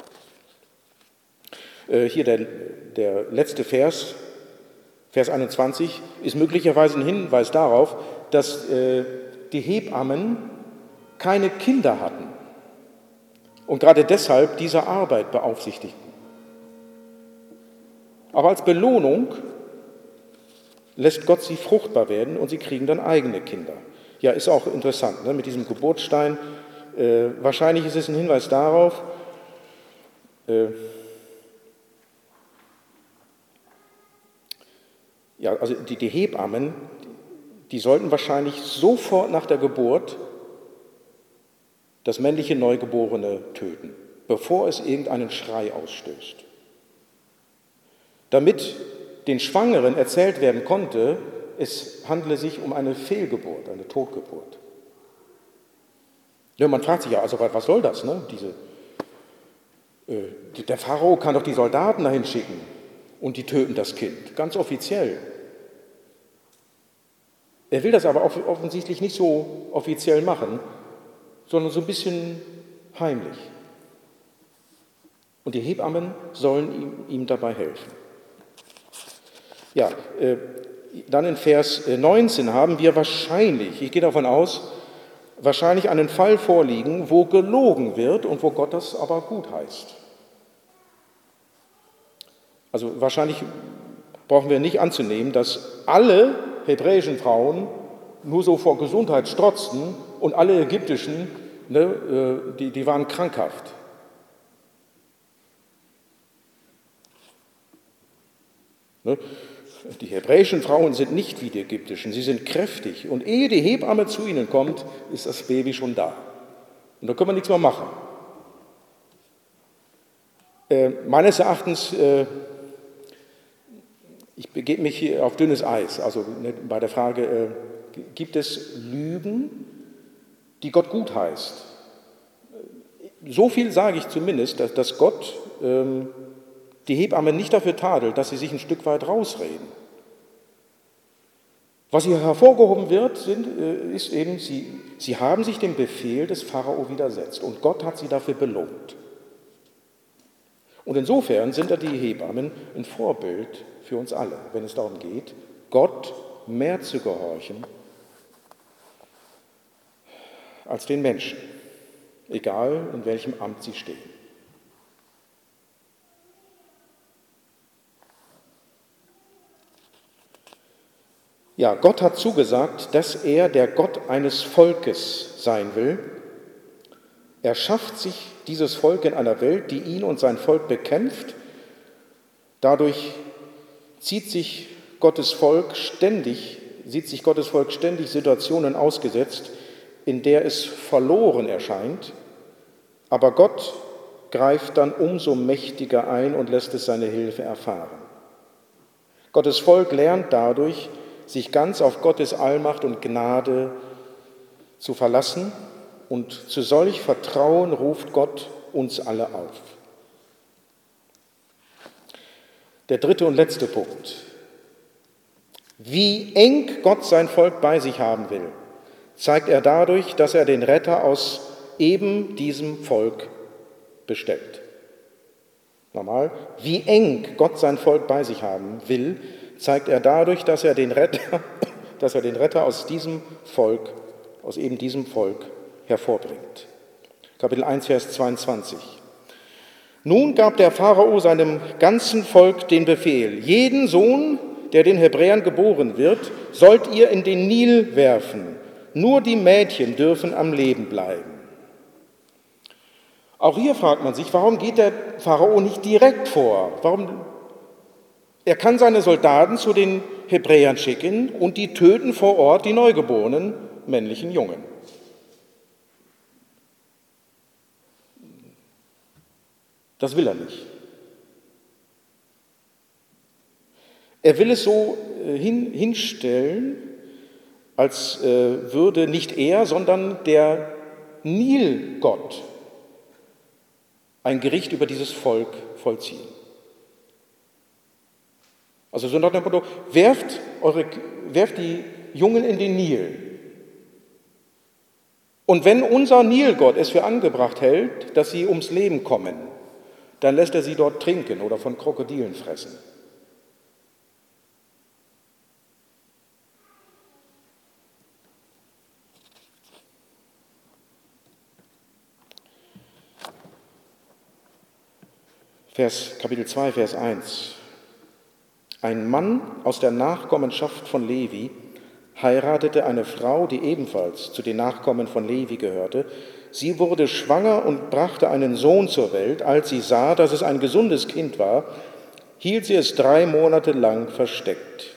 Äh, hier der, der letzte Vers, Vers einundzwanzig, ist möglicherweise ein Hinweis darauf, dass äh, die Hebammen keine Kinder hatten und gerade deshalb diese Arbeit beaufsichtigten. Aber als Belohnung lässt Gott sie fruchtbar werden und sie kriegen dann eigene Kinder. Ja, ist auch interessant, ne, mit diesem Geburtsstein. Äh, wahrscheinlich ist es ein Hinweis darauf, äh, ja, also die, die Hebammen, die sollten wahrscheinlich sofort nach der Geburt das männliche Neugeborene töten, bevor es irgendeinen Schrei ausstößt. Damit den Schwangeren erzählt werden konnte, es handle sich um eine Fehlgeburt, eine Totgeburt. Ja, man fragt sich ja, also was soll das? Ne? Diese, äh, der Pharao kann doch die Soldaten dahin schicken. und die töten das Kind, ganz offiziell. Er will das aber offensichtlich nicht so offiziell machen, sondern so ein bisschen heimlich. Und die Hebammen sollen ihm, ihm dabei helfen. Ja, äh, dann in Vers neunzehn haben wir wahrscheinlich, ich gehe davon aus, wahrscheinlich einen Fall vorliegen, wo gelogen wird und wo Gott das aber gut heißt. Also wahrscheinlich brauchen wir nicht anzunehmen, dass alle hebräischen Frauen nur so vor Gesundheit strotzten und alle ägyptischen, ne, die, die waren krankhaft. Ne? Die hebräischen Frauen sind nicht wie die ägyptischen, sie sind kräftig. Und ehe die Hebamme zu ihnen kommt, ist das Baby schon da. Und da können wir nichts mehr machen. Äh, meines Erachtens, äh, ich begebe mich hier auf dünnes Eis, also ne, bei der Frage, äh, gibt es Lügen, die Gott gut heißt? So viel sage ich zumindest, dass, dass Gott ähm, die Hebamme nicht dafür tadelt, dass sie sich ein Stück weit rausreden. Was hier hervorgehoben wird, sind, ist eben, sie, sie haben sich dem Befehl des Pharao widersetzt und Gott hat sie dafür belohnt. Und insofern sind da die Hebammen ein Vorbild für uns alle, wenn es darum geht, Gott mehr zu gehorchen als den Menschen, egal in welchem Amt sie stehen. Ja, Gott hat zugesagt, dass er der Gott eines Volkes sein will. Er schafft sich dieses Volk in einer Welt, die ihn und sein Volk bekämpft. Dadurch zieht sich Gottes Volk ständig, sieht sich Gottes Volk ständig Situationen ausgesetzt, in der es verloren erscheint. Aber Gott greift dann umso mächtiger ein und lässt es seine Hilfe erfahren. Gottes Volk lernt dadurch, sich ganz auf Gottes Allmacht und Gnade zu verlassen, und zu solch Vertrauen ruft Gott uns alle auf. Der dritte und letzte Punkt. Wie eng Gott sein Volk bei sich haben will, zeigt er dadurch, dass er den Retter aus eben diesem Volk bestellt. Nochmal, wie eng Gott sein Volk bei sich haben will, zeigt er dadurch, dass er den Retter, dass er den Retter aus diesem Volk, aus eben diesem Volk hervorbringt. Kapitel eins, Vers zweiundzwanzig. Nun gab der Pharao seinem ganzen Volk den Befehl: Jeden Sohn, der den Hebräern geboren wird, sollt ihr in den Nil werfen. Nur die Mädchen dürfen am Leben bleiben. Auch hier fragt man sich, warum geht der Pharao nicht direkt vor? Warum? Er kann seine Soldaten zu den Hebräern schicken und die töten vor Ort die neugeborenen männlichen Jungen. Das will er nicht. Er will es so hin, hinstellen, als äh, würde nicht er, sondern der Nilgott ein Gericht über dieses Volk vollziehen. Also so nach dem Motto, werft, eure, werft die Jungen in den Nil. Und wenn unser Nilgott es für angebracht hält, dass sie ums Leben kommen, dann lässt er sie dort trinken oder von Krokodilen fressen. Vers, Kapitel zwei, Vers eins. Ein Mann aus der Nachkommenschaft von Levi heiratete eine Frau, die ebenfalls zu den Nachkommen von Levi gehörte. Sie wurde schwanger und brachte einen Sohn zur Welt. Als sie sah, dass es ein gesundes Kind war, hielt sie es drei Monate lang versteckt.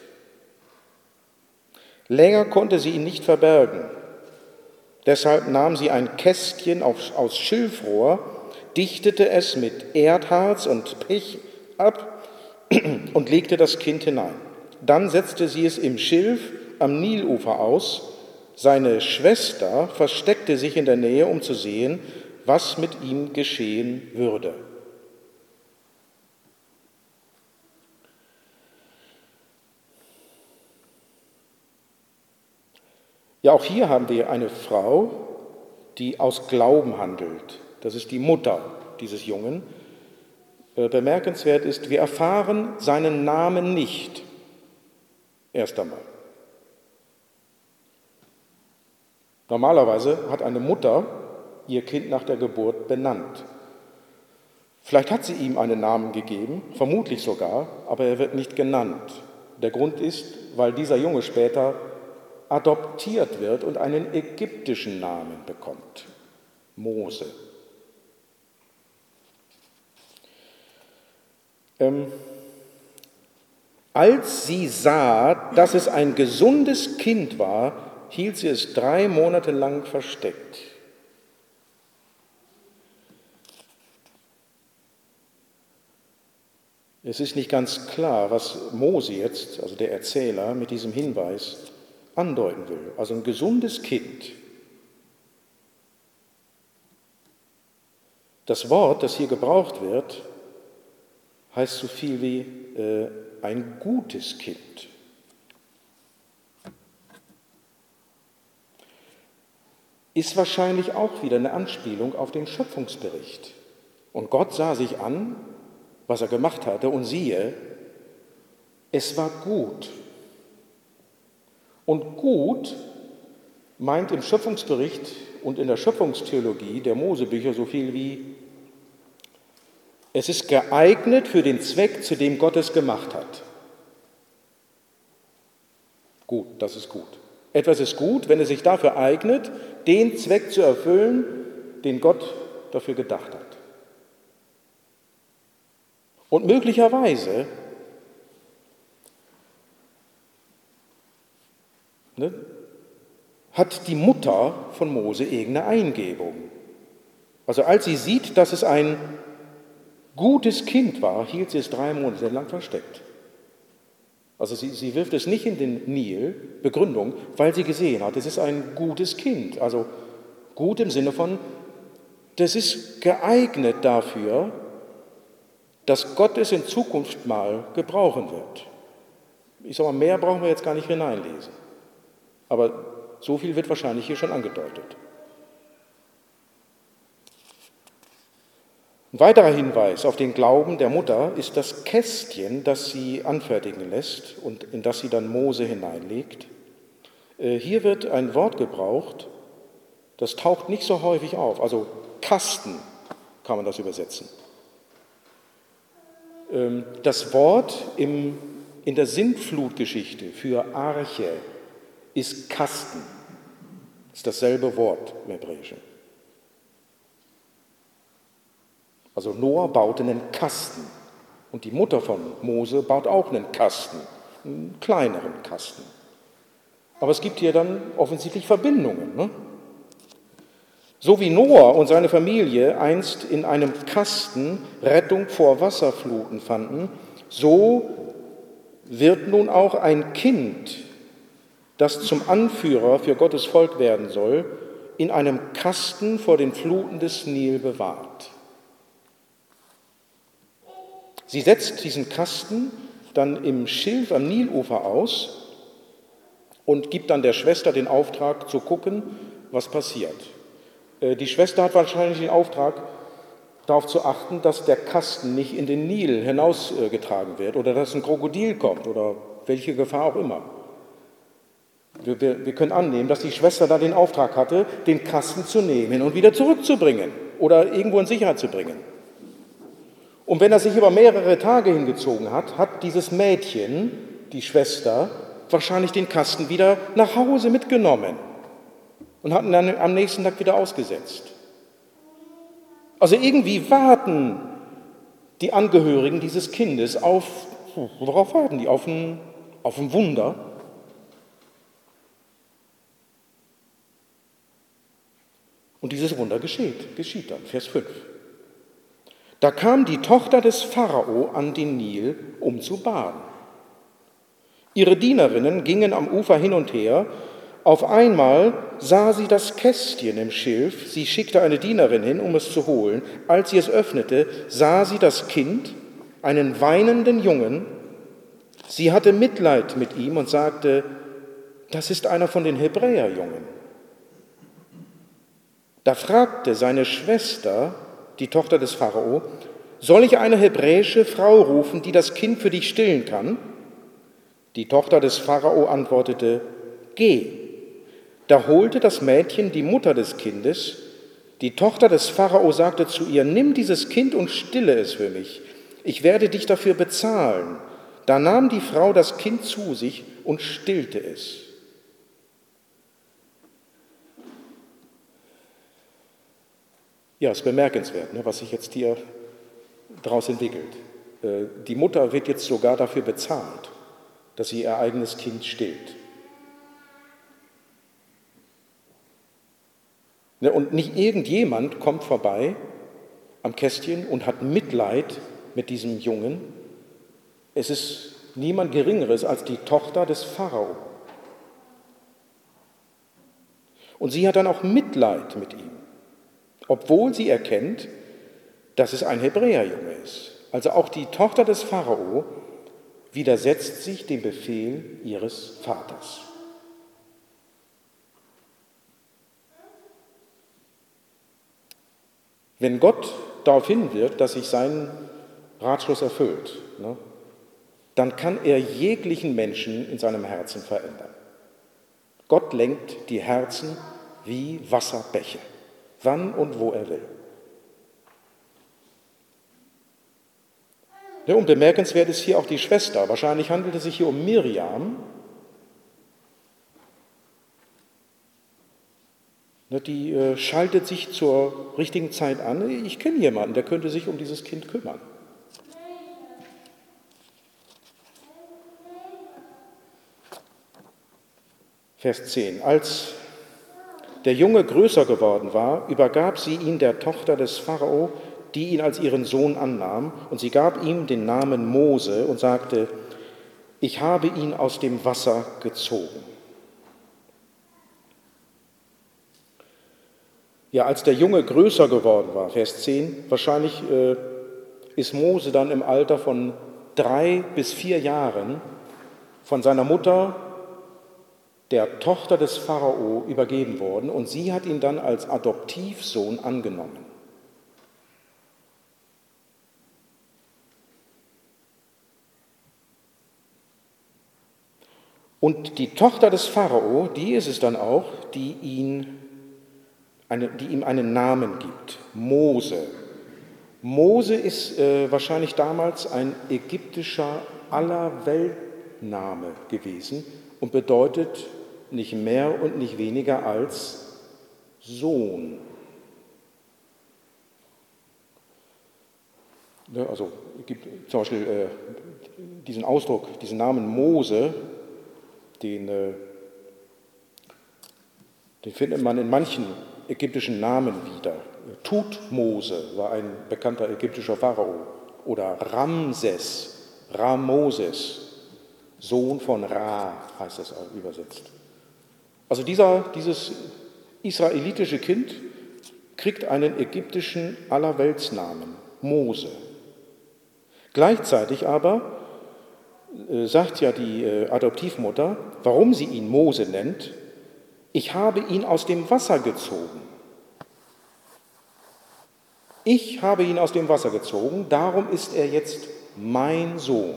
Länger konnte sie ihn nicht verbergen. Deshalb nahm sie ein Kästchen aus Schilfrohr, dichtete es mit Erdharz und Pech ab und legte das Kind hinein. Dann setzte sie es im Schilf am Nilufer aus. Seine Schwester versteckte sich in der Nähe, um zu sehen, was mit ihm geschehen würde. Ja, auch hier haben wir eine Frau, die aus Glauben handelt. Das ist die Mutter dieses Jungen. Bemerkenswert ist, wir erfahren seinen Namen nicht. Erst einmal. Normalerweise hat eine Mutter ihr Kind nach der Geburt benannt. Vielleicht hat sie ihm einen Namen gegeben, vermutlich sogar, aber er wird nicht genannt. Der Grund ist, weil dieser Junge später adoptiert wird und einen ägyptischen Namen bekommt. Mose. Ähm, als sie sah, dass es ein gesundes Kind war, hielt sie es drei Monate lang versteckt. Es ist nicht ganz klar, was Mose jetzt, also der Erzähler, mit diesem Hinweis andeuten will. Also ein gesundes Kind. Das Wort, das hier gebraucht wird, heißt so viel wie äh, ein gutes Kind. Ist wahrscheinlich auch wieder eine Anspielung auf den Schöpfungsbericht. Und Gott sah sich an, was er gemacht hatte, und siehe, es war gut. Und gut meint im Schöpfungsbericht und in der Schöpfungstheologie der Mosebücher so viel wie: Es ist geeignet für den Zweck, zu dem Gott es gemacht hat. Gut, das ist gut. Etwas ist gut, wenn es sich dafür eignet, den Zweck zu erfüllen, den Gott dafür gedacht hat. Und möglicherweise ne, hat die Mutter von Mose irgendeine Eingebung. Also als sie sieht, dass es ein gutes Kind war, hielt sie es drei Monate lang versteckt. Also sie, sie wirft es nicht in den Nil, Begründung, weil sie gesehen hat, es ist ein gutes Kind. Also gut im Sinne von, das ist geeignet dafür, dass Gott es in Zukunft mal gebrauchen wird. Ich sage mal, mehr brauchen wir jetzt gar nicht hineinlesen. Aber so viel wird wahrscheinlich hier schon angedeutet. Ein weiterer Hinweis auf den Glauben der Mutter ist das Kästchen, das sie anfertigen lässt und in das sie dann Mose hineinlegt. Hier wird ein Wort gebraucht, das taucht nicht so häufig auf. Also Kasten kann man das übersetzen. Das Wort im, in der Sintflutgeschichte für Arche ist Kasten. Das ist dasselbe Wort im Hebräischen. Also Noah baute einen Kasten und die Mutter von Mose baut auch einen Kasten, einen kleineren Kasten. Aber es gibt hier dann offensichtlich Verbindungen. Ne? So wie Noah und seine Familie einst in einem Kasten Rettung vor Wasserfluten fanden, so wird nun auch ein Kind, das zum Anführer für Gottes Volk werden soll, in einem Kasten vor den Fluten des Nil bewahrt. Sie setzt diesen Kasten dann im Schilf am Nilufer aus und gibt dann der Schwester den Auftrag zu gucken, was passiert. Die Schwester hat wahrscheinlich den Auftrag, darauf zu achten, dass der Kasten nicht in den Nil hinausgetragen wird oder dass ein Krokodil kommt oder welche Gefahr auch immer. Wir, wir, wir können annehmen, dass die Schwester da den Auftrag hatte, den Kasten zu nehmen und wieder zurückzubringen oder irgendwo in Sicherheit zu bringen. Und wenn er sich über mehrere Tage hingezogen hat, hat dieses Mädchen, die Schwester, wahrscheinlich den Kasten wieder nach Hause mitgenommen und hat ihn dann am nächsten Tag wieder ausgesetzt. Also irgendwie warten die Angehörigen dieses Kindes auf, worauf warten die? Auf ein, auf ein Wunder. Und dieses Wunder geschieht, geschieht dann, Vers fünf. Da kam die Tochter des Pharao an den Nil, um zu baden. Ihre Dienerinnen gingen am Ufer hin und her. Auf einmal sah sie das Kästchen im Schilf. Sie schickte eine Dienerin hin, um es zu holen. Als sie es öffnete, sah sie das Kind, einen weinenden Jungen. Sie hatte Mitleid mit ihm und sagte: das ist einer von den Hebräerjungen. Da fragte seine Schwester, die Tochter des Pharao, soll ich eine hebräische Frau rufen, die das Kind für dich stillen kann? Die Tochter des Pharao antwortete, geh. Da holte das Mädchen die Mutter des Kindes. Die Tochter des Pharao sagte zu ihr, nimm dieses Kind und stille es für mich. Ich werde dich dafür bezahlen. Da nahm die Frau das Kind zu sich und stillte es. Ja, ist bemerkenswert, ne, was sich jetzt hier daraus entwickelt. Die Mutter wird jetzt sogar dafür bezahlt, dass sie ihr eigenes Kind stillt. Und nicht irgendjemand kommt vorbei am Kästchen und hat Mitleid mit diesem Jungen. Es ist niemand Geringeres als die Tochter des Pharao. Und sie hat dann auch Mitleid mit ihm, obwohl sie erkennt, dass es ein Hebräerjunge ist. Also auch die Tochter des Pharao widersetzt sich dem Befehl ihres Vaters. Wenn Gott darauf hinwirkt, dass sich sein Ratschluss erfüllt, ne, dann kann er jeglichen Menschen in seinem Herzen verändern. Gott lenkt die Herzen wie Wasserbäche, wann und wo er will. Ja, und bemerkenswert ist hier auch die Schwester. Wahrscheinlich handelt es sich hier um Miriam, die äh, schaltet sich zur richtigen Zeit an. Ich kenne jemanden, der könnte sich um dieses Kind kümmern. Vers zehn. Als der Junge größer geworden war, übergab sie ihn der Tochter des Pharao, die ihn als ihren Sohn annahm, und sie gab ihm den Namen Mose und sagte, ich habe ihn aus dem Wasser gezogen. Ja, als der Junge größer geworden war, Vers zehn, wahrscheinlich äh, ist Mose dann im Alter von drei bis vier Jahren von seiner Mutter, der Tochter des Pharao, übergeben worden und sie hat ihn dann als Adoptivsohn angenommen. Und die Tochter des Pharao, die ist es dann auch, die, ihn, eine, die ihm einen Namen gibt, Mose. Mose ist äh, wahrscheinlich damals ein ägyptischer Allerweltname gewesen und bedeutet nicht mehr und nicht weniger als Sohn. Ja, also es gibt zum Beispiel äh, diesen Ausdruck, diesen Namen Mose, Den, äh, den findet man in manchen ägyptischen Namen wieder. Thutmose war ein bekannter ägyptischer Pharao. Oder Ramses, Ramoses, Sohn von Ra, heißt das übersetzt. Also dieser, dieses israelitische Kind kriegt einen ägyptischen Allerweltsnamen, Mose. Gleichzeitig aber sagt ja die Adoptivmutter, warum sie ihn Mose nennt, ich habe ihn aus dem Wasser gezogen. Ich habe ihn aus dem Wasser gezogen, darum ist er jetzt mein Sohn.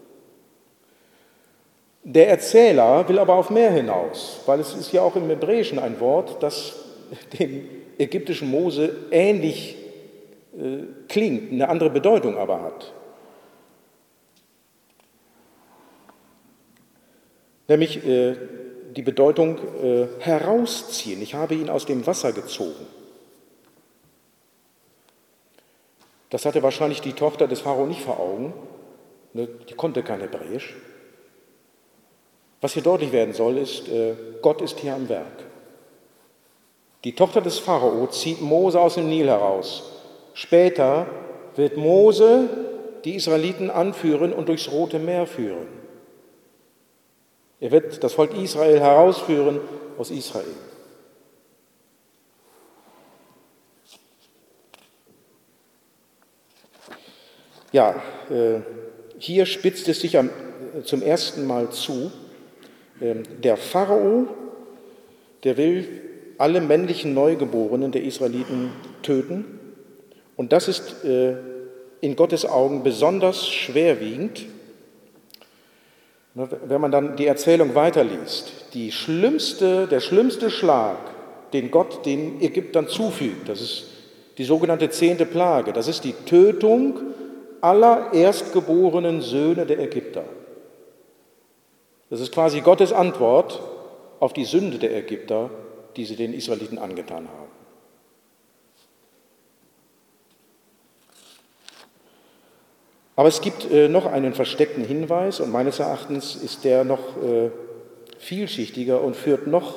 Der Erzähler will aber auf mehr hinaus, weil es ist ja auch im Hebräischen ein Wort, das dem ägyptischen Mose ähnlich äh, klingt, eine andere Bedeutung aber hat. Nämlich äh, die Bedeutung äh, herausziehen. Ich habe ihn aus dem Wasser gezogen. Das hatte wahrscheinlich die Tochter des Pharao nicht vor Augen. Ne, die konnte kein Hebräisch. Was hier deutlich werden soll, ist, äh, Gott ist hier am Werk. Die Tochter des Pharao zieht Mose aus dem Nil heraus. Später wird Mose die Israeliten anführen und durchs Rote Meer führen. Er wird das Volk Israel herausführen aus Israel. Ja, äh, hier spitzt es sich am, zum ersten Mal zu, Der Pharao, der will alle männlichen Neugeborenen der Israeliten töten. Und das ist in Gottes Augen besonders schwerwiegend. Wenn man dann die Erzählung weiterliest, die schlimmste, der schlimmste Schlag, den Gott den Ägyptern zufügt, das ist die sogenannte zehnte Plage, das ist die Tötung aller erstgeborenen Söhne der Ägypter. Das ist quasi Gottes Antwort auf die Sünde der Ägypter, die sie den Israeliten angetan haben. Aber es gibt äh, noch einen versteckten Hinweis und meines Erachtens ist der noch äh, vielschichtiger und führt noch,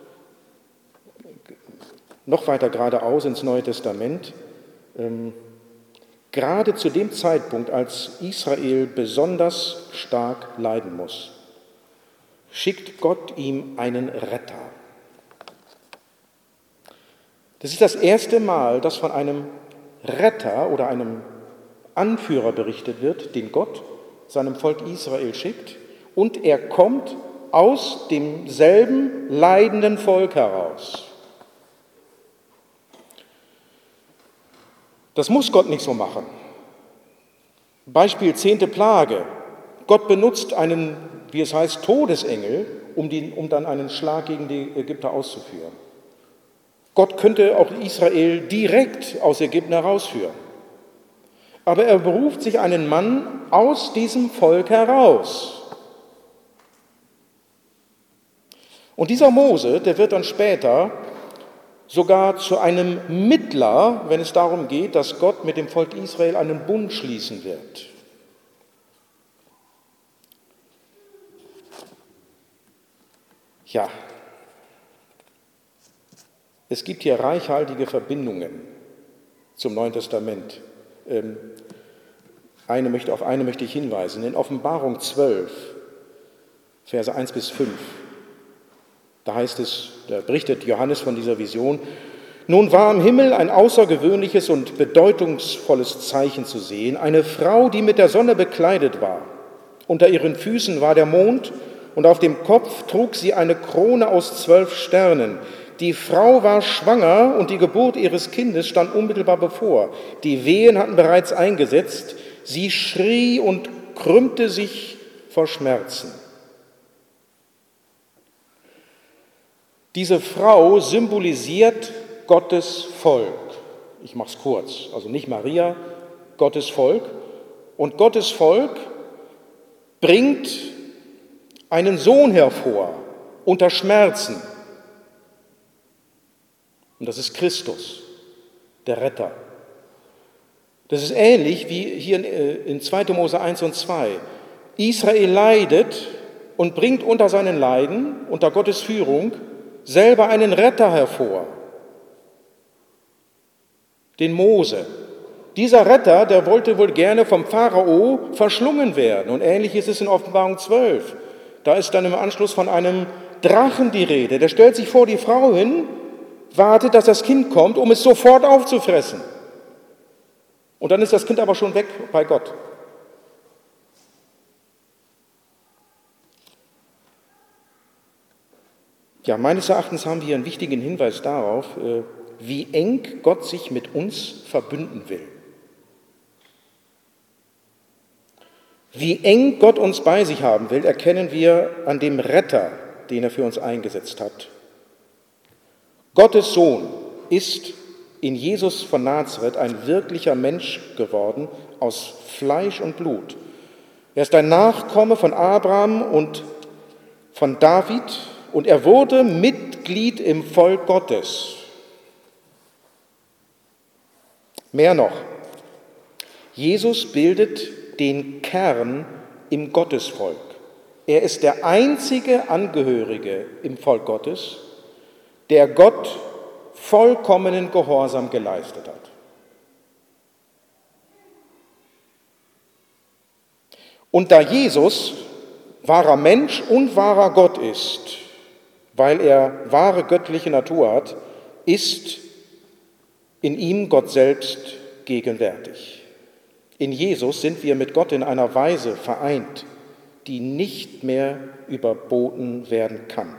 noch weiter geradeaus ins Neue Testament. Ähm, gerade zu dem Zeitpunkt, als Israel besonders stark leiden muss, schickt Gott ihm einen Retter. Das ist das erste Mal, dass von einem Retter oder einem Anführer berichtet wird, den Gott seinem Volk Israel schickt, und er kommt aus demselben leidenden Volk heraus. Das muss Gott nicht so machen. Beispiel zehnte Plage. Gott benutzt einen, wie es heißt, Todesengel, um, die, um dann einen Schlag gegen die Ägypter auszuführen. Gott könnte auch Israel direkt aus Ägypten herausführen. Aber er beruft sich einen Mann aus diesem Volk heraus. Und dieser Mose, der wird dann später sogar zu einem Mittler, wenn es darum geht, dass Gott mit dem Volk Israel einen Bund schließen wird. Ja, es gibt hier reichhaltige Verbindungen zum Neuen Testament. Eine möchte, auf eine möchte ich hinweisen. In Offenbarung zwölf, Verse eins bis fünf, da heißt es, da berichtet Johannes von dieser Vision: Nun war am Himmel ein außergewöhnliches und bedeutungsvolles Zeichen zu sehen, eine Frau, die mit der Sonne bekleidet war. Unter ihren Füßen war der Mond und auf dem Kopf trug sie eine Krone aus zwölf Sternen. Die Frau war schwanger und die Geburt ihres Kindes stand unmittelbar bevor. Die Wehen hatten bereits eingesetzt. Sie schrie und krümmte sich vor Schmerzen. Diese Frau symbolisiert Gottes Volk. Ich mache es kurz, also nicht Maria, Gottes Volk. Und Gottes Volk bringt einen Sohn hervor unter Schmerzen. Und das ist Christus, der Retter. Das ist ähnlich wie hier in zweiter Mose eins und zwei. Israel leidet und bringt unter seinen Leiden, unter Gottes Führung, selber einen Retter hervor, den Mose. Dieser Retter, der wollte wohl gerne vom Pharao verschlungen werden. Und ähnlich ist es in Offenbarung zwölf. Da ist dann im Anschluss von einem Drachen die Rede. Der stellt sich vor die Frau hin, wartet, dass das Kind kommt, um es sofort aufzufressen. Und dann ist das Kind aber schon weg bei Gott. Ja, meines Erachtens haben wir hier einen wichtigen Hinweis darauf, wie eng Gott sich mit uns verbünden will. Wie eng Gott uns bei sich haben will, erkennen wir an dem Retter, den er für uns eingesetzt hat. Gottes Sohn ist in Jesus von Nazareth ein wirklicher Mensch geworden aus Fleisch und Blut. Er ist ein Nachkomme von Abraham und von David und er wurde Mitglied im Volk Gottes. Mehr noch, Jesus bildet den Kern im Gottesvolk. Er ist der einzige Angehörige im Volk Gottes, der Gott vollkommenen Gehorsam geleistet hat. Und da Jesus wahrer Mensch und wahrer Gott ist, weil er wahre göttliche Natur hat, ist in ihm Gott selbst gegenwärtig. In Jesus sind wir mit Gott in einer Weise vereint, die nicht mehr überboten werden kann.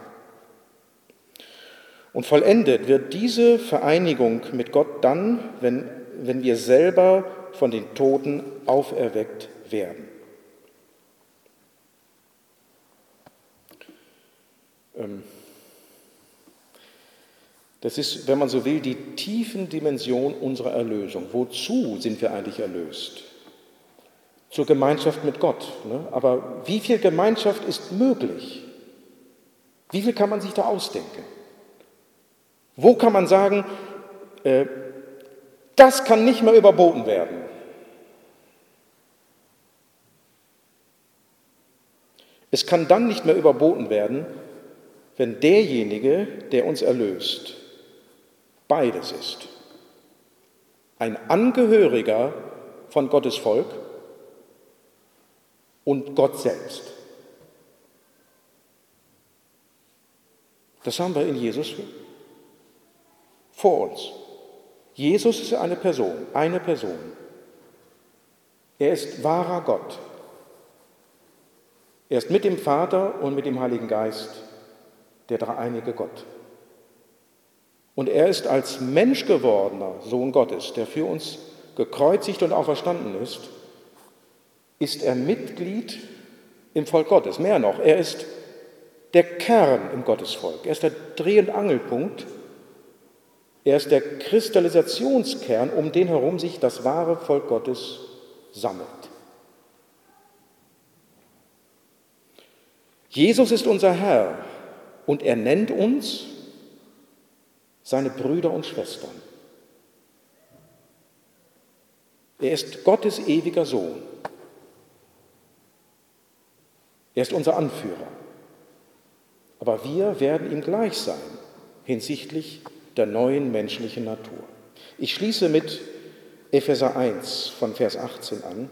Und vollendet wird diese Vereinigung mit Gott dann, wenn, wenn wir selber von den Toten auferweckt werden. Das ist, wenn man so will, die Tiefendimension unserer Erlösung. Wozu sind wir eigentlich erlöst? Zur Gemeinschaft mit Gott. Ne? Aber wie viel Gemeinschaft ist möglich? Wie viel kann man sich da ausdenken? Wo kann man sagen, äh, das kann nicht mehr überboten werden? Es kann dann nicht mehr überboten werden, wenn derjenige, der uns erlöst, beides ist. Ein Angehöriger von Gottes Volk und Gott selbst. Das haben wir in Jesus vor uns. Jesus ist eine Person, eine Person. Er ist wahrer Gott. Er ist mit dem Vater und mit dem Heiligen Geist der dreieinige Gott. Und er ist als Mensch gewordener Sohn Gottes, der für uns gekreuzigt und auferstanden ist, ist er Mitglied im Volk Gottes. Mehr noch, er ist der Kern im Gottesvolk. Er ist der Dreh- und Angelpunkt. Er ist der Kristallisationskern, um den herum sich das wahre Volk Gottes sammelt. Jesus ist unser Herr und er nennt uns seine Brüder und Schwestern. Er ist Gottes ewiger Sohn. Er ist unser Anführer. Aber wir werden ihm gleich sein hinsichtlich der neuen menschlichen Natur. Ich schließe mit Epheser eins von Vers achtzehn an.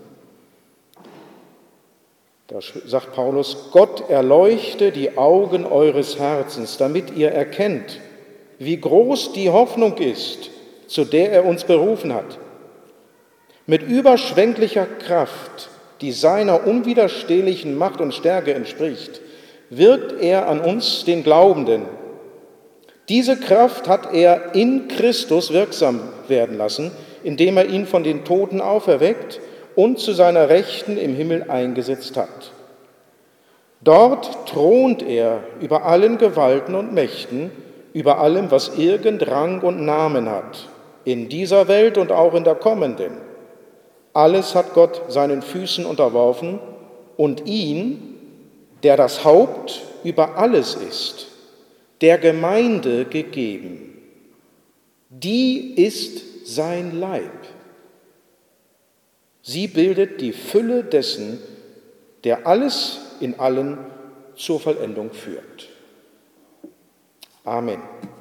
Da sagt Paulus, Gott erleuchte die Augen eures Herzens, damit ihr erkennt, wie groß die Hoffnung ist, zu der er uns berufen hat. Mit überschwänglicher Kraft, die seiner unwiderstehlichen Macht und Stärke entspricht, wirkt er an uns, den Glaubenden. Diese Kraft hat er in Christus wirksam werden lassen, indem er ihn von den Toten auferweckt und zu seiner Rechten im Himmel eingesetzt hat. Dort thront er über allen Gewalten und Mächten, über allem, was irgend Rang und Namen hat, in dieser Welt und auch in der kommenden. Alles hat Gott seinen Füßen unterworfen und ihn, der das Haupt über alles ist, der Gemeinde gegeben. Die ist sein Leib. Sie bildet die Fülle dessen, der alles in allen zur Vollendung führt. Amen.